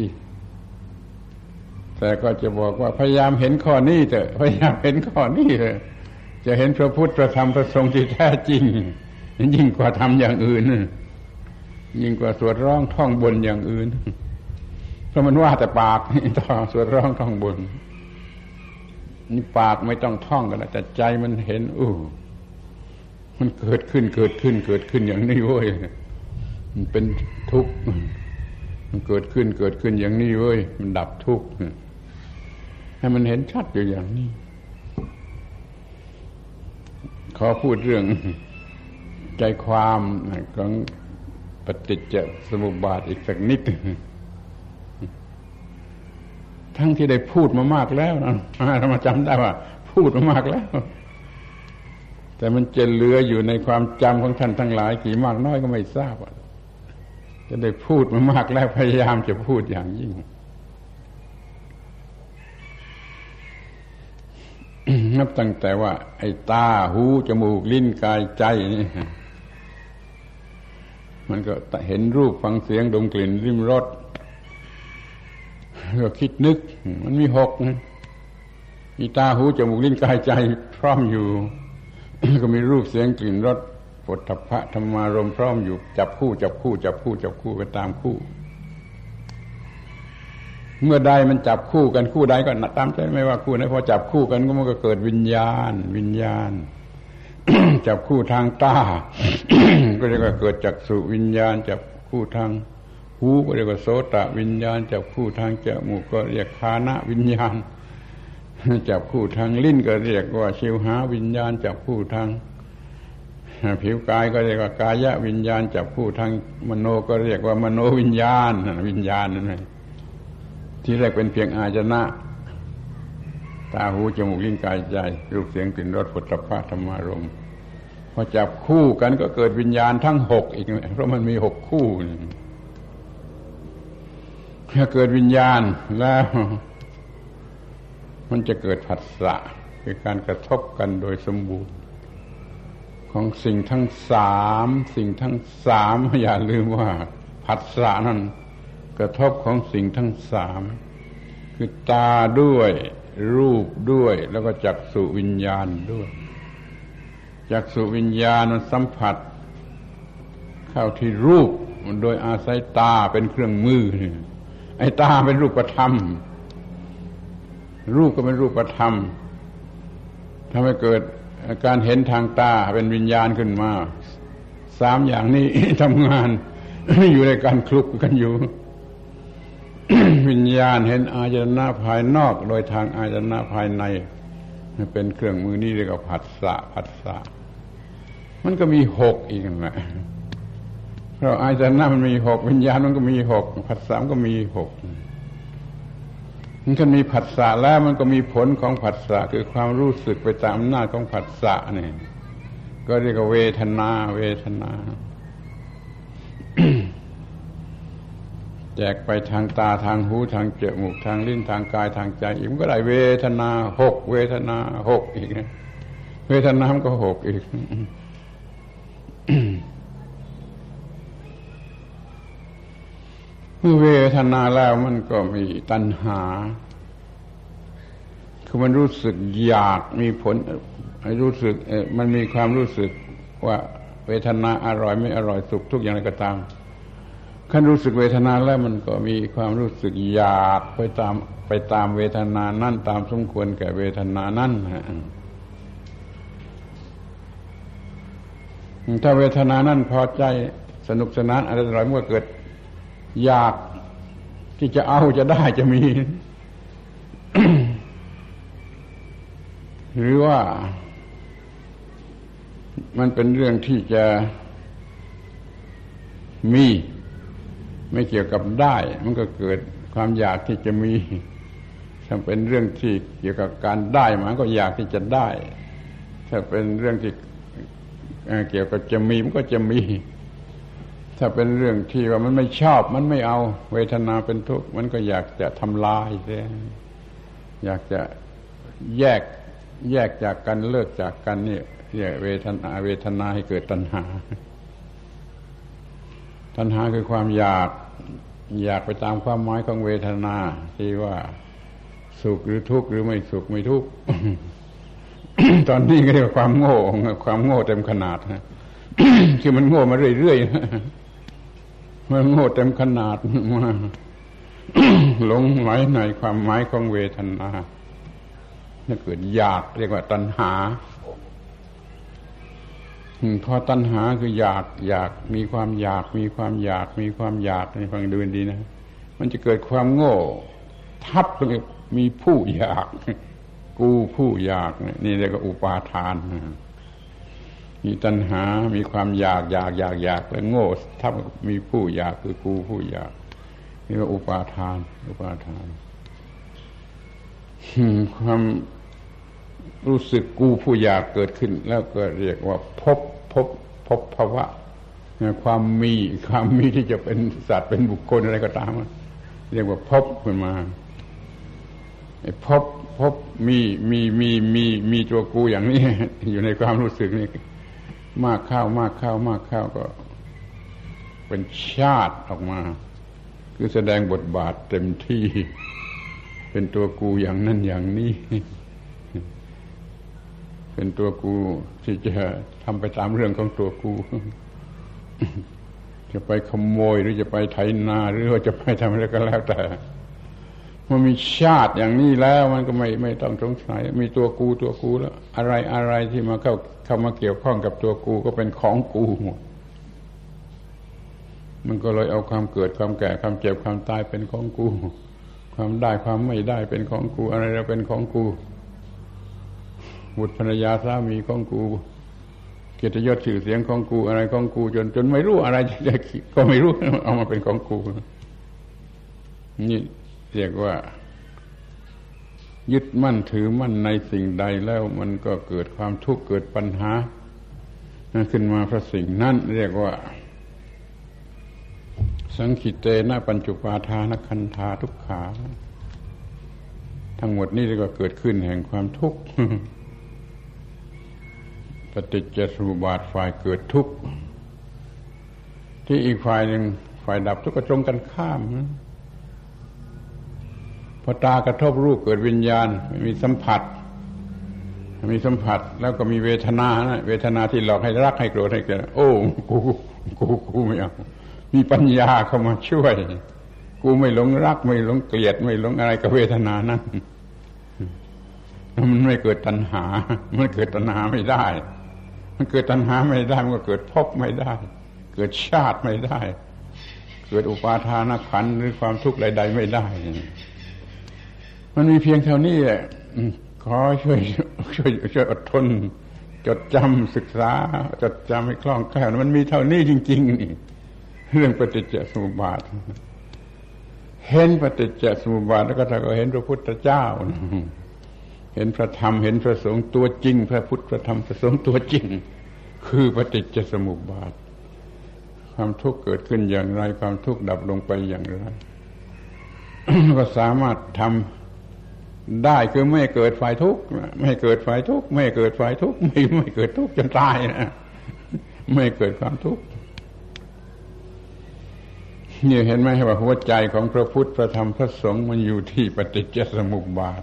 แต่ก็จะบอกว่าพยายามเห็นข้อนี้เถอะพยายามเห็นข้อนี้เถอะจะเห็นพระพุทธพระธรรมพระสงฆ์ที่แท้จริงยิ่งกว่าทำอย่างอื่นยิ่งกว่าสวดร้องท่องบนอย่างอื่นเพราะมันว่าแต่ปากต่อสวดร้องท่องบนนี่ปากไม่ต้องท่องกันแล้วแต่ใจมันเห็นมันเกิดขึ้นอย่างนี้เว้ยมันเป็นทุกข์มันเกิดขึ้นอย่างนี้เว้ยมันดับทุกข์ให้มันเห็นชัดอยู่อย่างนี้ขอพูดเรื่องใจความของปฏิจจสมุปบาทอีกสักนิดทั้งที่ได้พูดมามากแล้วนะเรามาจำได้ว่าพูดมามากแล้วแต่มันจะเหลืออยู่ในความจำของท่านทั้งหลายกี่มากน้อยก็ไม่ทราบจะได้พูดมามากแล้วพยายามจะพูดอย่างยิ่งนับตั้งแต่ว่าไอ้ตาหูจมูกลิ้นกายใจนี่มันก็เห็นรูปฟังเสียงดมกลิ่นลิ้มรสก็คิดนึกมันมีหกมีตาหูจมูกลิ้นกายใจพร้อมอยู่ก็มีรูปเสียงกลิ่นรสโผฏฐัพพะธรรมารมณ์พร้อมอยู่จับคู่ไปตามคู่เมื่อใดมันจับคู่กันคู่ใดก็ตามใจไม่ว่าคู่ไหนพอจับคู่กันก็มันก็เกิดวิญญาณ จับคู่ทางตา ก็เรียกว่าเกิดจักษุวิญญาณจับคู่ทางหูก็เรียกว่าโสตวิญญาณจับคู่ทางจมูกก็เรียกฆานะวิญญาณจับคู่ทางลิ้นก็เรียกว่าชิวหาวิญญาณจับคู่ทางผิวกายก็เรียกว่ากายวิญญาณจับคู่ทางมโนก็เรียกว่ามโนวิญญาณนั่นเองที่แรกเป็นเพียงอาจนะตาหูจมูกลิ้นกายใจรูปเสียงกลิ่นรสโผฏฐัพพะธรรมารมณ์พอจับคู่กันก็เกิดวิญญาณทั้ง6อีกเพราะมันมี6คู่ถ้าเกิดวิญญาณแล้วมันจะเกิดผัสสะคือการกระทบกันโดยสมบูรณ์ของสิ่งทั้งสามอย่าลืมว่าผัสสะนั้นกระทบของสิ่งทั้งสามคือตาด้วยรูปด้วยแล้วก็จักษุวิญญาณด้วยจักษุวิญญาณมันสัมผัสเข้าที่รูปโดยอาศัยตาเป็นเครื่องมือไอ้ตาเป็นรูปธรรมรูปก็เป็นรูปธรรมทำให้เกิดการเห็นทางตาเป็นวิญญาณขึ้นมา3อย่างนี้ ทำงานอยู่ในการคลุกกันอยู่ วิญญาณเห็นอายตนะภายนอกโดยทางอายตนะภายในเป็นเครื่องมือนี่เรียกว่าผัสสะมันก็มี6อีกนะเพราะอายตนะมันมี6วิญญาณมันก็มี6ผัสสะมันก็มี6มันมีผัสสะแล้วมันก็มีผลของผัสสะคือความรู้สึกไปตามอำนาจของผัสสะนี่ก็เรียกว่าเวทนาแจกไปทางตาทางหูทางจมูกทางลิ้นทางกายทางใจอีกมันก็ได้เวทนา6เวทนา6อีกเวทนามันก็6อีก เมื่อเวทนาแล้วมันก็มีตัณหาคือมันรู้สึกอยากมีผลรู้สึกมันมีความรู้สึกว่าเวทนาอร่อยไม่อร่อยสุขทุกอย่างไรก็ตามขั้นรู้สึกเวทนาแล้วมันก็มีความรู้สึกอยากไปตามเวทนานั้นตามสมควรแก่เวทนานั้นถ้าเวทนานั้นพอใจสนุกสนานอร่อยเมื่อเกิดอยากที่จะเอาจะได้จะมี หรือว่ามันเป็นเรื่องที่จะมีไม่เกี่ยวกับได้มันก็เกิดความอยากที่จะมีถ้าเป็นเรื่องที่เกี่ยวกับการได้มันก็อยากที่จะได้ถ้าเป็นเรื่องที่เกี่ยวกับจะมีมันก็จะมีถ้าเป็นเรื่องที่ว่ามันไม่ชอบมันไม่เอาเวทนาเป็นทุกข์มันก็อยากจะทำลายเสียอยากจะแยกจากกันเลิกจากกันนี่เวทนาให้เกิดตัณหาคือความอยากไปตามความหมายของเวทนาที่ว่าสุขหรือทุกข์หรือไม่สุขไม่ทุกข์ ตอนนี้ก็เรียกว่าความโง่เต็มขนาดนะ คือมันโง่มาเรื่อยๆมันโง่เต็มขนาดมา หลงไหลในความหมายของเวทนาถ้าเกิดอยากเรียกว่าตัณหาพอตัณหาคืออยากมีความอยากนี่ฟังดูดีนะมันจะเกิดความโง่ทับเลยมีผู้อยากกูผู้อยากนี่เรียกว่าอุปาทานมีตัณหามีความอยากแล้วโง่ทับมีผู้อยากคือกูผู้อยากนี่ว่าอุปาทานความรู้สึกกูผู้อยากเกิดขึ้นแล้วก็เรียกว่าภพภาวะความมีที่จะเป็นสัตว์เป็นบุคคลอะไรก็ตามเรียกว่าภพขึ้นมาไอ้ภพมีตัวกูอย่างนี้อยู่ในความรู้สึกนี่มากเข้าก็เป็นชาติออกมาคือแสดงบทบาทเต็มที่เป็นตัวกูอย่างนั้นอย่างนี้เป็นตัวกูที่จะทำไปตามเรื่องของตัวกู จะไปขโมยหรือจะไปไถนาหรือว่าจะไปทำอะไรก็แล้วแต่มันมีชาติอย่างนี้แล้วมันก็ไม่ต้องสงสัยมีตัวกูแล้วอะไรที่มาเข้ามาเกี่ยวข้องกับตัวกูก็เป็นของกูหมดมันก็เลยเอาความเกิดความแก่ความเจ็บความตายเป็นของกูความได้ความไม่ได้เป็นของกูอะไรเราเป็นของกูบุตรภรรยาสามีของกูเกียรติยศชื่อเสียงของกูอะไรของกูจนไม่รู้อะไรก็ไม่รู้เอามาเป็นของกูนี่เรียกว่ายึดมั่นถือมั่นในสิ่งใดแล้วมันก็เกิดความทุกข์เกิดปัญหาขึ้นมาเพราะสิ่งนั้นเรียกว่าสังขิเตนะปัญจุปาทานขันธาทุกขาทั้งหมดนี้เรียกว่าเกิดขึ้นแห่งความทุกข์ปฏิจจสมุปบาทฝ่ายเกิดทุกข์ที่อีกฝ่ายหนึ่งฝ่ายดับทุกข์ก็ตรงกันข้ามพอตากระทบรูปเกิดวิญญาณมีสัมผัสแล้วก็มีเวทนาเวทนาที่หลอกให้รักให้โกรธให้เกลียดโอ้กูไม่เอามีปัญญาเข้ามาช่วยกูไม่หลงรักไม่หลงเกลียดไม่หลงอะไรกับเวทนานั้นมันไม่เกิดตัณหามันเกิดตัณหาไม่ได้มันเกิดตัณหาไม่ได้มันก็เกิดภพไม่ได้เกิดชาติไม่ได้เกิดอุปาทานขันธ์หรือความทุกข์ใดๆไม่ได้มันมีเพียงเท่านี้แหละขอช่วยอดทนจดจำศึกษาจดจำให้คล่องแคล่วมันมีเท่านี้จริงๆนี่เรื่องปฏิจจสมุปบาทเห็นปฏิจจสมุปบาทแล้วก็ถ้าก็เห็นพระพุทธเจ้าเห็นพระธรรมเห็นพระสงฆ์ตัวจริงพระพุทธพระธรรมพระสงฆ์ตัวจริงคือปฏิจจสมุปบาทความทุกข์เกิดขึ้นอย่างไรความทุกข์ดับลงไปอย่างไร ก็สามารถทำได้คือไม่เกิดฝ่ายทุกข์ไม่เกิดฝ่ายทุกข์ไม่เกิดฝ่ายทุกข์ไม่เกิดทุกข์จนตายนะไม่เกิดความทุกข์นี่เห็นไหมว่าหัวใจของพระพุทธพระธรรมพระสงฆ์มันอยู่ที่ปฏิจจสมุปบาท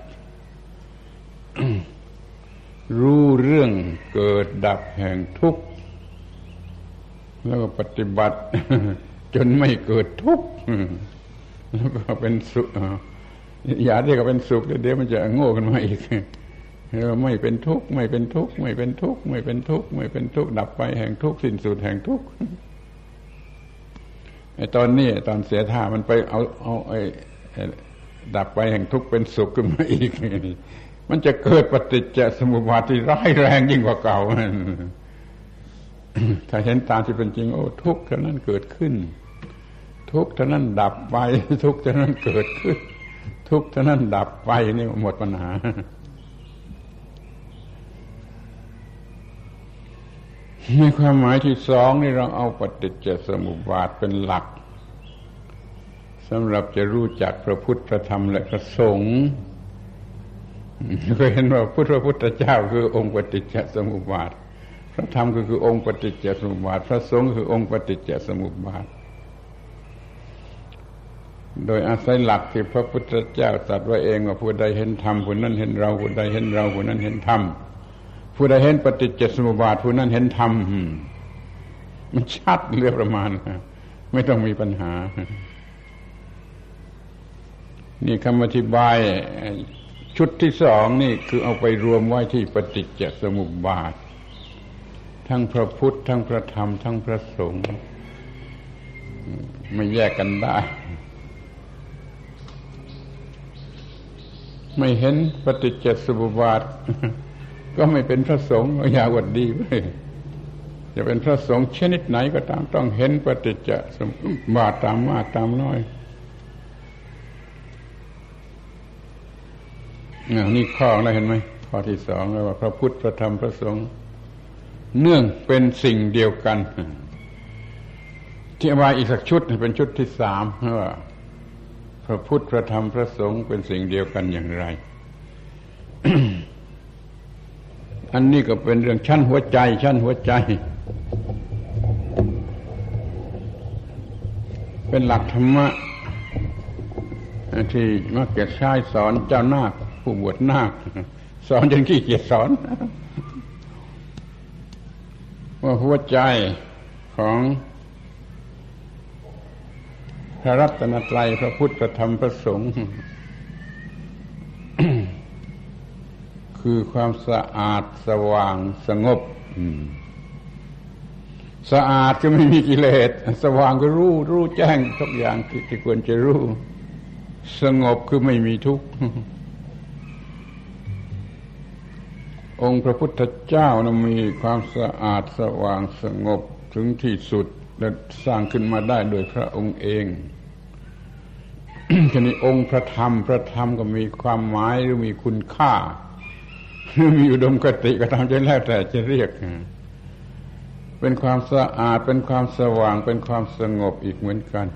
รู้เรื่องเกิดดับแห่งทุกข์แล้วก็ปฏิบัติจนไม่เกิดทุกข์แล้วก็เป็นสุขอย่าเรียกว่าเป็นสุขเดี๋ยวมันจะโง่ขึ้นมาอีกไม่เป็นทุกข์ไม่เป็นทุกข์ไม่เป็นทุกข์ไม่เป็นทุกข์ไม่เป็นทุกข์ดับไปแห่งทุกข์สิ้นสุดแห่งทุกข์ไอ้ตอนนี้ตอนเสียท่ามันไปเอาไอ้ดับไปแห่งทุกข์เป็นสุขขึ้นมาอีกมันจะเกิดปฏิจจสมุปบาทที่ร้ายแรงยิ่งกว่าเก่าถ้าเห็นตามที่เป็นจริงโอ้ทุกข์เท่านั้นเกิดขึ้นทุกข์เท่านั้นดับไปทุกข์เท่านั้นเกิดขึ้นทุกข์เท่านั้นดับไปนี่หมดปัญหาในความหมายที่สองนี่เราเอาปฏิจจสมุปบาทเป็นหลักสำหรับจะรู้จักพระพุทธพระธรรมและพระสงฆ์ก็เห็นว่าพระพุทธเจ้าคือองค์ปฏิจจสมุปบาทพระธรรมก็คือองค์ปฏิจจสมุปบาทพระสงฆ์คือองค์ปฏิจจสมุปบาทโดยอาศัยหลักที่พระพุทธเจ้าตรัสไว้เองว่าผู้ใดเห็นธรรมผู้นั้นเห็นเราผู้ใดเห็นเราผู้นั้นเห็นธรรมผู้ใดเห็นปฏิจจสมุปบาทผู้นั้นเห็นธรรมมันชัดเรื่องประมาณไม่ต้องมีปัญหานี่คำอธิบายชุดที่สองนี่คือเอาไปรวมไว้ที่ปฏิจจสมุปบาททั้งพระพุทธทั้งพระธรรมทั้งพระสงฆ์ไม่แยกกันได้ไม่เห็นปฏิจจสมุปบาทก็ไม่เป็นพระสงฆ์อย่าอวดดีเลยจะเป็นพระสงฆ์ชนิดไหนก็ตามต้องเห็นปฏิจจสมุปบาทตามมากตามน้อยนี่ข้อแล้วเห็นไหมข้อที่สองเลยว่าพระพุทธพระธรรมพระสงฆ์เนื่องเป็นสิ่งเดียวกันที่ว่าอีกสักชุดเป็นชุดที่สามว่าพระพุทธพระธรรมพระสงฆ์เป็นสิ่งเดียวกันอย่างไร อันนี้ก็เป็นเรื่องชั้นหัวใจเป็นหลักธรรมะที่มักจะใช้สอนเจ้านาคผู้บวชนาคสอนจนขี้เกียจสอนว่าหัวใจของพระรัตนตรัยพระพุทธพระธรรมพระสงฆ์คือความสะอาดสว่างสงบสะอาดก็ไม่มีกิเลสสว่างก็รู้แจ้งทุกอย่างที่ควรจะรู้สงบคือไม่มีทุกข์องค์พระพุทธเจ้านั้นมีความสะอาดสว่างสงบถึงที่สุดและสร้างขึ้นมาได้โดยพระองค์เอง ทีนี้องค์พระธรรมก็มีความหมายหรือมีคุณค่าหรือมีอุดมคติก็ตามใจแล้วแต่จะเรียกเป็นความสะอาดเป็นความสว่างเป็นความสงบอีกเหมือนกัน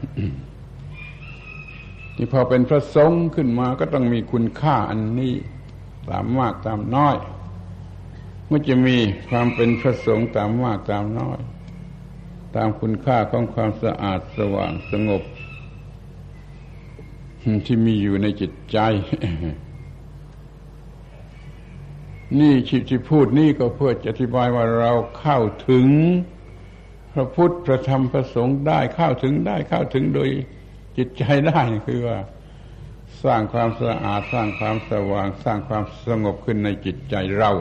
ที่พอเป็นพระสงฆ์ขึ้นมาก็ต้องมีคุณค่าอันนี้ตามมากตามน้อยเมื่อจะมีความเป็นพระสงฆ์ตามมากตามน้อยตามคุณค่าของความสะอาดสว่างสงบที่มีอยู่ในจิตใจ นี่ที่พูดนี่ก็เพื่อจะอธิบายว่าเราเข้าถึงพระพุทธพระธรรมพระสงฆ์ได้เข้าถึงโดยจิตใจได้คือว่าสร้างความสะอาดสร้างความสว่างสร้างความสงบขึ้นในจิตใจเรา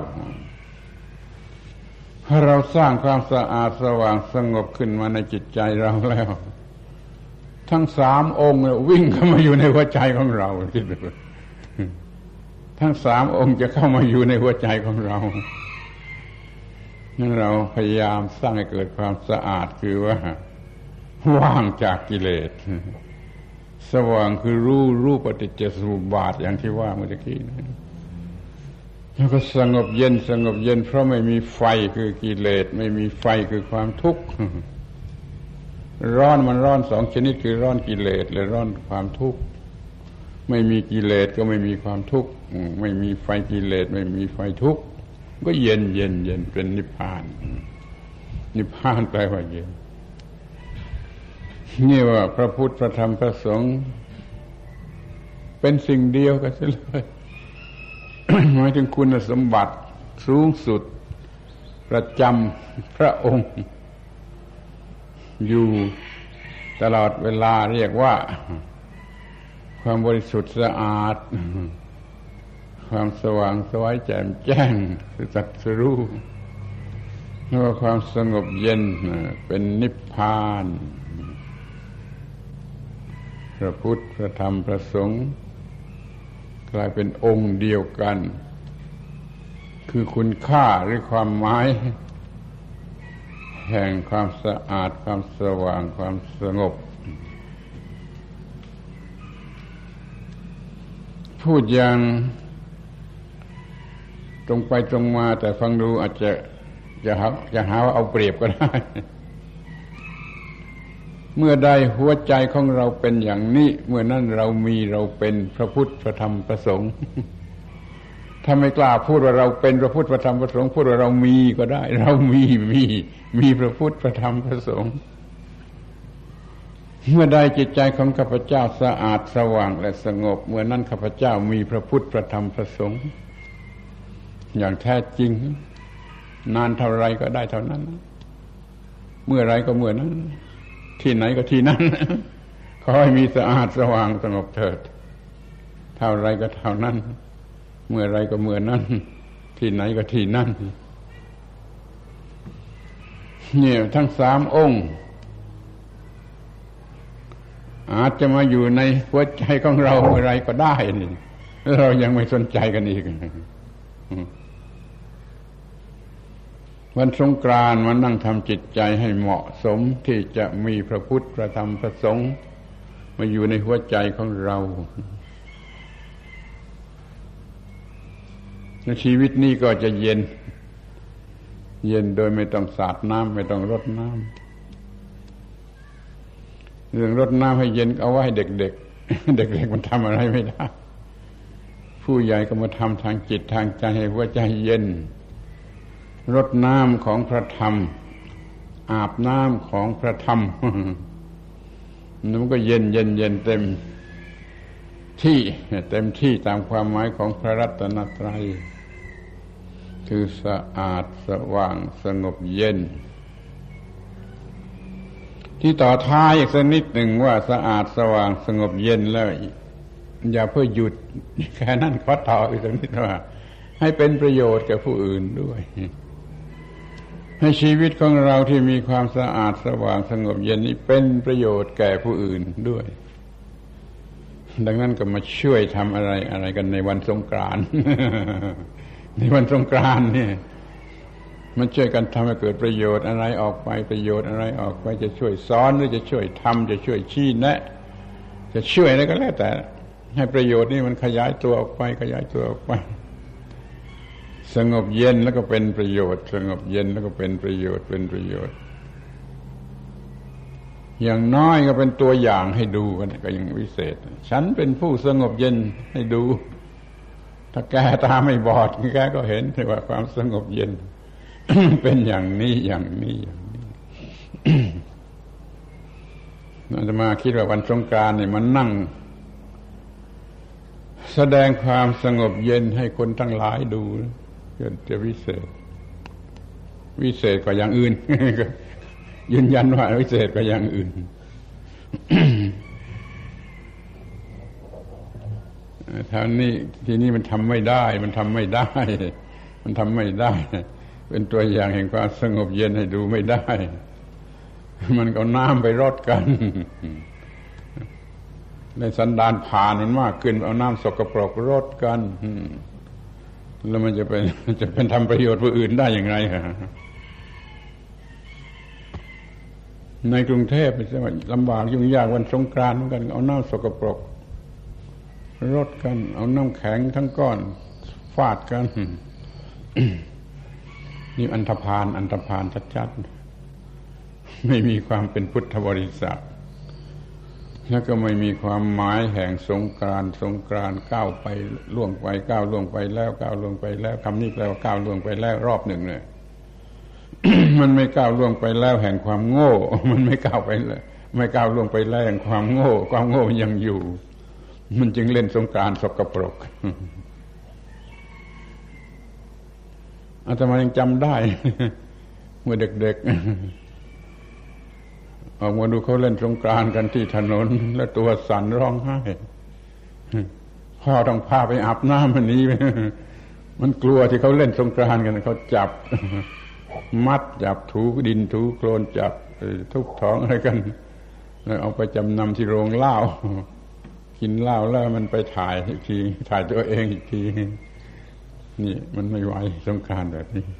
ถ้าเราสร้างความสะอาดสว่างสงบขึ้นมาในจิตใจเราแล้วทั้งสามองค์วิ่งเข้ามาอยู่ในหัวใจของเราคิดดูทั้งสามองค์จะเข้ามาอยู่ในหัวใจของเรานั่นเราพยายามสร้างให้เกิดความสะอาดคือว่าว่างจากกิเลสสว่างคือรู้ปฏิจจสมุปบาทอย่างที่ว่าเมื่อกี้นะแล้วก็สงบเย็นเพราะไม่มีไฟคือกิเลสไม่มีไฟคือความทุกข์ร้อนมันร้อนสองชนิดคือร้อนกิเลสและร้อนความทุกข์ไม่มีกิเลสก็ไม่มีความทุกข์ไม่มีไฟกิเลสไม่มีไฟทุกข์ก็เย็นเป็นนิพพานแปลว่าเย็นนี่ว่าพระพุทธพระธรรมพระสงฆ์เป็นสิ่งเดียวกันเลย หมายถึงคุณสมบัติสูงสุดประจำพระองค์อยู่ตลอดเวลาเรียกว่าความบริสุทธิ์สะอาดความสว่างไสวแจ่มแจ้งคือสัจรู้แล้วก็ความสงบเย็นเป็นนิพพานพระพุทธพระธรรมพระสงฆ์กลายเป็นองค์เดียวกันคือคุณค่าหรือความหมายแห่งความสะอาดความสว่างความสงบพูดอย่างตรงไปตรงมาแต่ฟังดูอาจจะหาว่าเอาเปรียบก็ได้เมื่อใดหัวใจของเราเป็นอย่างนี้เมื่อนั้นเราเป็นพระพุทธพระธรรมพระสงฆ์ถ้าไม่กล้าพูดว่าเราเป็นพระพุทธพระธรรมพระสงฆ์พูดว่าเรามีก็ได้เรามีพระพุทธพระธรรมพระสงฆ์เมื่อใดจิตใจของข้าพเจ้าสะอาดสว่างและสงบเมื่อนั้นข้าพเจ้ามีพระพุทธพระธรรมพระสงฆ์อย่างแท้จริงนานเท่าไรก็ได้เท่านั้นเมื่อไรก็เมื่อนั้นที่ไหนก็ที่นั้นขอให้มีสะอาดสว่างสงบเถิดเท่าไรก็เท่านั้นเมื่อไรก็เมื่อนั้นที่ไหนก็ที่นั่นเนี่ยทั้งสามองค์อาจจะมาอยู่ในหัวใจของเราเมื่อไรก็ได้นี่เรายังไม่สนใจกันอีกวันสงกรานต์มานั่งทำจิตใจให้เหมาะสมที่จะมีพระพุทธพระธรรมพระสงฆ์มาอยู่ในหัวใจของเราในชีวิตนี้ก็จะเย็นโดยไม่ต้องสาดน้ำไม่ต้องรดน้ำเรื่องรดน้ำให้เย็นเอาไว้ให้เด็กมันทำอะไรไม่ได้ผู้ใหญ่ก็มาทำทางจิตทางใจให้หัวใจเย็นรดน้ำของพระธรรมอาบน้ำของพระธรรมมันก็เย็นเต็มที่ตามความหมายของพระรัตนตรัยคือสะอาดสว่างสงบเย็นที่ต่อท้ายอีกสักนิดหนึ่งว่าสะอาดสว่างสงบเย็นแล้วอย่าเพื่อหยุดแค่นั้นขอต่ออีกสักนิดว่าให้เป็นประโยชน์แก่ผู้อื่นด้วยให้ชีวิตของเราที่มีความสะอาดสว่างสงบเย็นนี้เป็นประโยชน์แก่ผู้อื่นด้วยดังนั้นก็มาช่วยทำอะไรกันในวันสงกรานต์ ในวันสงกรานต์นี่มันช่วยกันทำให้เกิดประโยชน์อะไรออกไปประโยชน์อะไรออกไปจะช่วยสอนหรือจะช่วยทำจะช่วยชี้แนะจะช่วยอะไรก็แล้วแต่ให้ประโยชน์นี่มันขยายตัวออกไปสงบเย็นแล้วก็เป็นประโยชน์สงบเย็นแล้วก็เป็นประโยชน์เป็นประโยชน์อย่างน้อยก็เป็นตัวอย่างให้ดูกันก็ยังวิเศษฉันเป็นผู้สงบเย็นให้ดูถ้าแกตาไม่บอดแกก็เห็นว่าความสงบเย็น เป็นอย่างนี้อย่างนี้อย่างนี้ อาตมาคิดว่าวันสงกรานต์นี่มันนั่งแสดงความสงบเย็นให้คนทั้งหลายดูจะวิเศษวิเศษกว่าอย่างอื่น ยืนยันว่าวิเศษกว่าอย่างอื่น ท่านี้ทีนี้มันทำไม่ได้มันทำไม่ได้มันทำไม่ได้เป็นตัวอย่างแห่งความสงบเย็นให้ดูไม่ได้มันก็น้ำไปรดกันในสันดานผ่านมันมากขึ้นเอาน้ำสกปรกรดกันแล้วมันจะเป็นทำประโยชน์ผู้อื่นได้อย่างไรในกรุงเทพใช่ไหมลำบากยุ่งยากวันสงกรานต์เหมือนกันเอาน้ำสกปรกรดกันเอาน้ำแข็งทั้งก้อนฟาดกัน นี่อันธพาลชัดๆไม่มีความเป็นพุทธบริษัทแล้วก็ไม่มีความหมายแห่งสงกรานต์ก้าวไปล่วงไปก้าวล่วงไปแล้วก้าวล่วงไปแล้วคำนี้แปลว่าก้าวล่วงไปแล้วรอบหนึ่งเลย มันไม่ก้าวล่วงไปแล้วแห่งความโง่มันไม่ก้าวไปแล้วไม่ก้าวล่วงไปแล้วแห่งความโง่มันยังอยู่มันจึงเล่นสงกรานต์สกปรก อาตมายังจำได้ เมื่อเด็กๆออกมาดูเขาเล่นสงกรานต์กันที่ถนนแล้วตัวสั่นร้องไห้พ่อต้องพาไปอาบน้ำมันนี้ มันกลัวที่เขาเล่นสงกรานต์กันเขาจับ มัดจับถูดินถูโคลนจับทุบท้องอะไรกันแล้วเอาไปจำนำที่โรงเหล้ากินเหล้าแล้วมันไปถ่ายอีกทีถ่ายตัวเองอีกทีนี่มันไม่ไหวสงกรานต์แบบนี้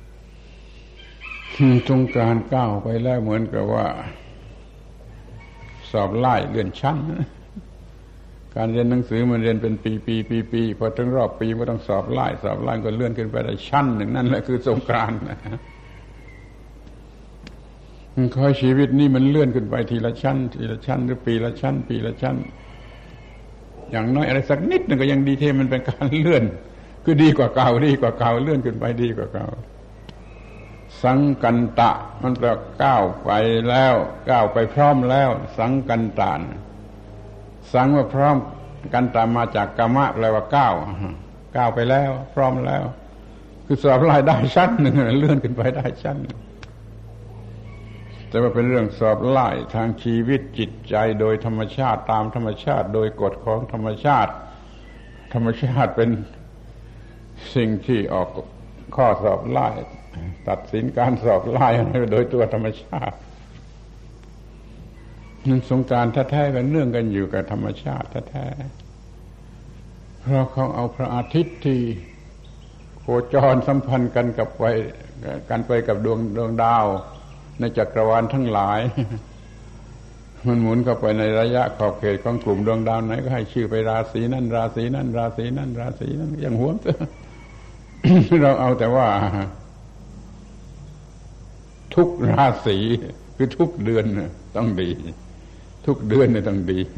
สงกรานต์ก้าวไปแล้วเหมือนกับว่าสอบไล่เลื่อนชั้นการเรียนหนังสือมันเรียนเป็นปีพอถึงรอบปีก็ต้องสอบไล่ก็เลื่อนขึ้นไปได้ชั้นหนึ่งนั่นแหละคือสงกรานต์ขอให้ชีวิตนี้มันเลื่อนขึ้นไปทีละชั้นหรือปีละชั้นอย่างน้อยอะไรสักนิดนึงก็ยังดีที่มันเป็นการเลื่อนคือดีกว่าเก่าเลื่อนขึ้นไปดีกว่าเก่าสังกันตะมันแปลก้าวไปแล้วก้าวไปพร้อมแล้วสังกันตะสังว่าพร้อมกันตะมาจากกามะแปลว่าก้าวไปแล้วพร้อมแล้วคือสอบไล่ได้ชั้นหนึ่งเลื่อนขึ้นไปได้ชั้นแต่ว่าเป็นเรื่องสอบไล่ทางชีวิตจิตใจโดยธรรมชาติตามธรรมชาติโดยกฎของธรรมชาติเป็นสิ่งที่ออกข้อสอบไล่ตัดสินการสอบไล่โดยตัวธรรมชาตินั่นสงกรานต์แท้ๆกันเนื่องกันอยู่กับธรรมชาติแท้ๆเพราะเขาเอาพระอาทิตย์ที่โคจรสัมพันธ์กันไปกับดวงดาวในจักรวาลทั้งหลายมันหมุนเข้าไปในระยะขอบเขตของกลุ่มดวงดาวไหนก็ให้ชื่อไปราศีนั้นราศีนั้นอย่างหัวเราเอาแต่ว่าทุกราศีคือทุกเดือนต้องดีทุกเดือนต้อง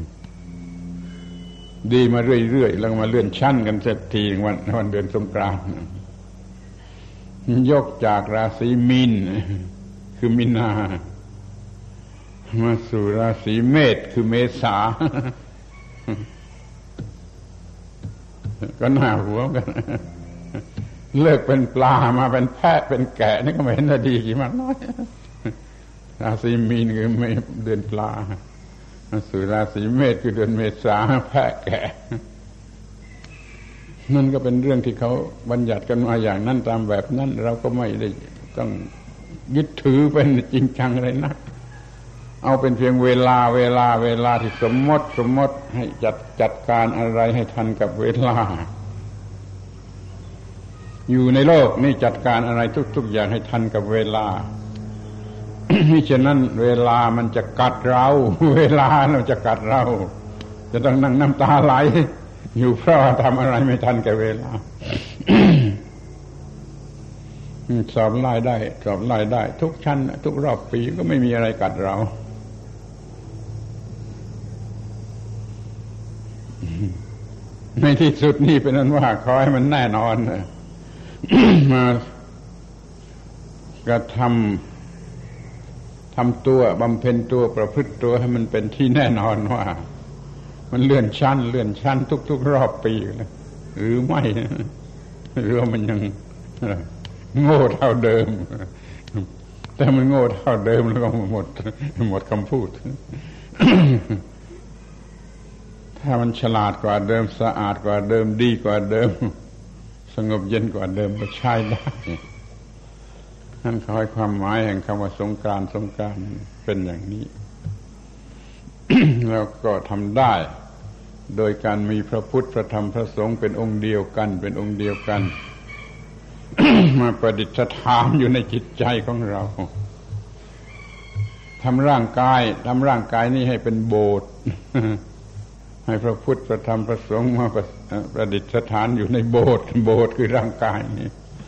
ดีมาเรื่อยๆแล้วมาเลื่อนชั้นกันเสร็จทีวันเดือนสงกรานต์ยกจากราศีมีนคือมีนามาสู่ราศีเมษคือเมษาก็น่าหัวกันเลิกเป็นปลามาเป็นแพะเป็นแกะนี่ก็ไม่เห็นจะดีกี่มากน้อยราศีมีนคือเดือนปลาสู่ราศีเมษคือเดือนเมษาแพะแกะนั่นก็เป็นเรื่องที่เขาบัญญัติกันมาอย่างนั้นตามแบบนั้นเราก็ไม่ได้ต้องยึดถือเป็นจริงจังอะไรนักเอาเป็นเพียงเวลาที่สมมติให้จัดการอะไรให้ทันกับเวลาอยู่ในโลกนี่จัดการอะไรทุกอย่างให้ทันกับเวลา มิฉะนั้นเวลามันจะกัดเราเวลามันจะกัดเราจะต้องนั่งน้ำตาไหลอยู่เพราะทำอะไรไม่ทันกับเวลาสอบไล่ได้ทุกชั้นทุกรอบปีก็ไม่มีอะไรกัดเราในที่สุดนี่เป็นนั้นว่าขอให้มันแน่นอน มากระทำตัวบำเพ็ญตัวประพฤติตัวให้มันเป็นที่แน่นอนว่ามันเลื่อนชั้นทุกรอบปีหรือไม่หรือว่ามันยังโง่เท่าเดิมแต่มันโง่เท่าเดิมแล้วก็หมดคำพูด ถ้ามันฉลาดกว่าเดิมสะอาดกว่าเดิมดีกว่าเดิมสงบเย็นกว่าเดิมก็ใช้ได้นั่นขอให้ความหมายแห่งคำว่าสงกรานต์เป็นอย่างนี้ แล้วก็ทำได้โดยการมีพระพุทธพระธรรมพระสงฆ์เป็นองค์เดียวกัน มาประดิษฐานอยู่ในจิตใจของเราทำร่างกายนี้ให้เป็นโบสถ์ ให้พระพุทธพระธรรมพระสงฆ์มาประดิษฐานอยู่ในโบสถ์คือร่างกายนี้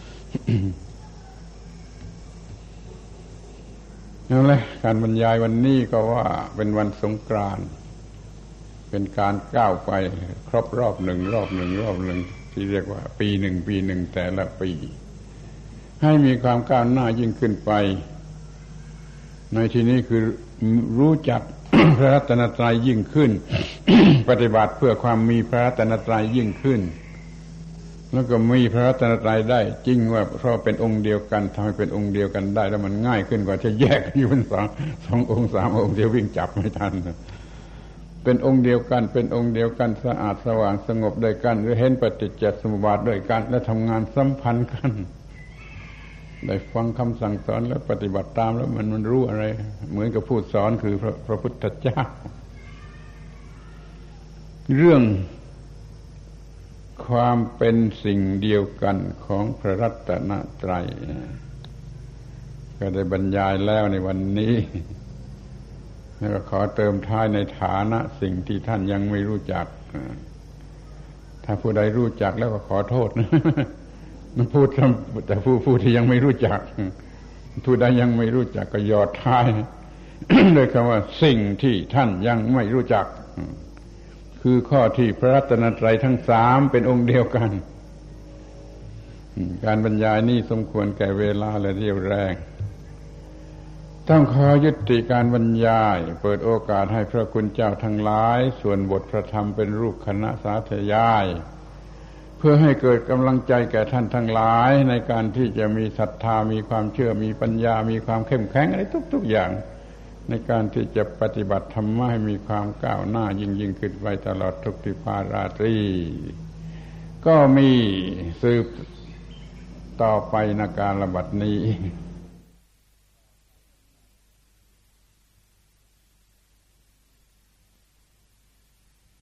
นั่นแหละการบรรยายวันนี้ก็ว่าเป็นวันสงกรานต์เป็นการก้าวไปครบรอบหนึ่งที่เรียกว่าปีหนึ่งแต่ละปีให้มีความก้าวหน้ายิ่งขึ้นไปในที่นี้คือรู้จัก พระรัตนตรัยยิ่งขึ้น ปฏิบัติเพื่อความมีพระรัตนตรัยยิ่งขึ้นแล้วก็มีพระรัตนตรัยได้จริงว่าเพราะเป็นองค์เดียวกันทำให้เป็นองค์เดียวกันได้แล้วมันง่ายขึ้นกว่าจะแยกอยู่เป็นสององค์สามองค์เดียววิ่งจับไม่ทันเป็นองค์เดียวกันสะอาดสว่างสงบด้วยกันหรือเห็นปฏิจจสมุปบาทด้วยกันและทำงานสัมพันธ์กันได้ฟังคำสั่งสอนแล้วปฏิบัติตามแล้วมันรู้อะไรเหมือนกับผู้สอนคือพระพุทธเจ้าเรื่องความเป็นสิ่งเดียวกันของพระรัตนตรัยก็ได้บรรยายแล้วในวันนี้แล้วก็ขอเติมท้ายในฐานะสิ่งที่ท่านยังไม่รู้จักถ้าผู้ใดรู้จักแล้วก็ขอโทษนะพูดแต่ผู้ที่ยังไม่รู้จักผู้ใดยังไม่รู้จักก็หยอดท้าย ด้วยคำว่าสิ่งที่ท่านยังไม่รู้จักคือข้อที่พระรัตนตรัยทั้งสามเป็นองค์เดียวกันการบรรยายนี้สมควรแก่เวลาและเรี่ยวแรงต้องขอยุติการบรรยายเปิดโอกาสให้พระคุณเจ้าทั้งหลายส่วนบทพระธรรมเป็นรูปคณะสาธยายเพื่อให้เกิดกำลังใจแก่ท่านทั้งหลายในการที่จะมีศรัทธามีความเชื่อมีปัญญามีความเข้มแข็งอะไรทุกๆอย่างในการที่จะปฏิบัติธรรมะให้มีความก้าวหน้ายิ่งขึ้นไปตลอดทุกทิพาราตรีก็มีสืบต่อไปในการระบัดนี้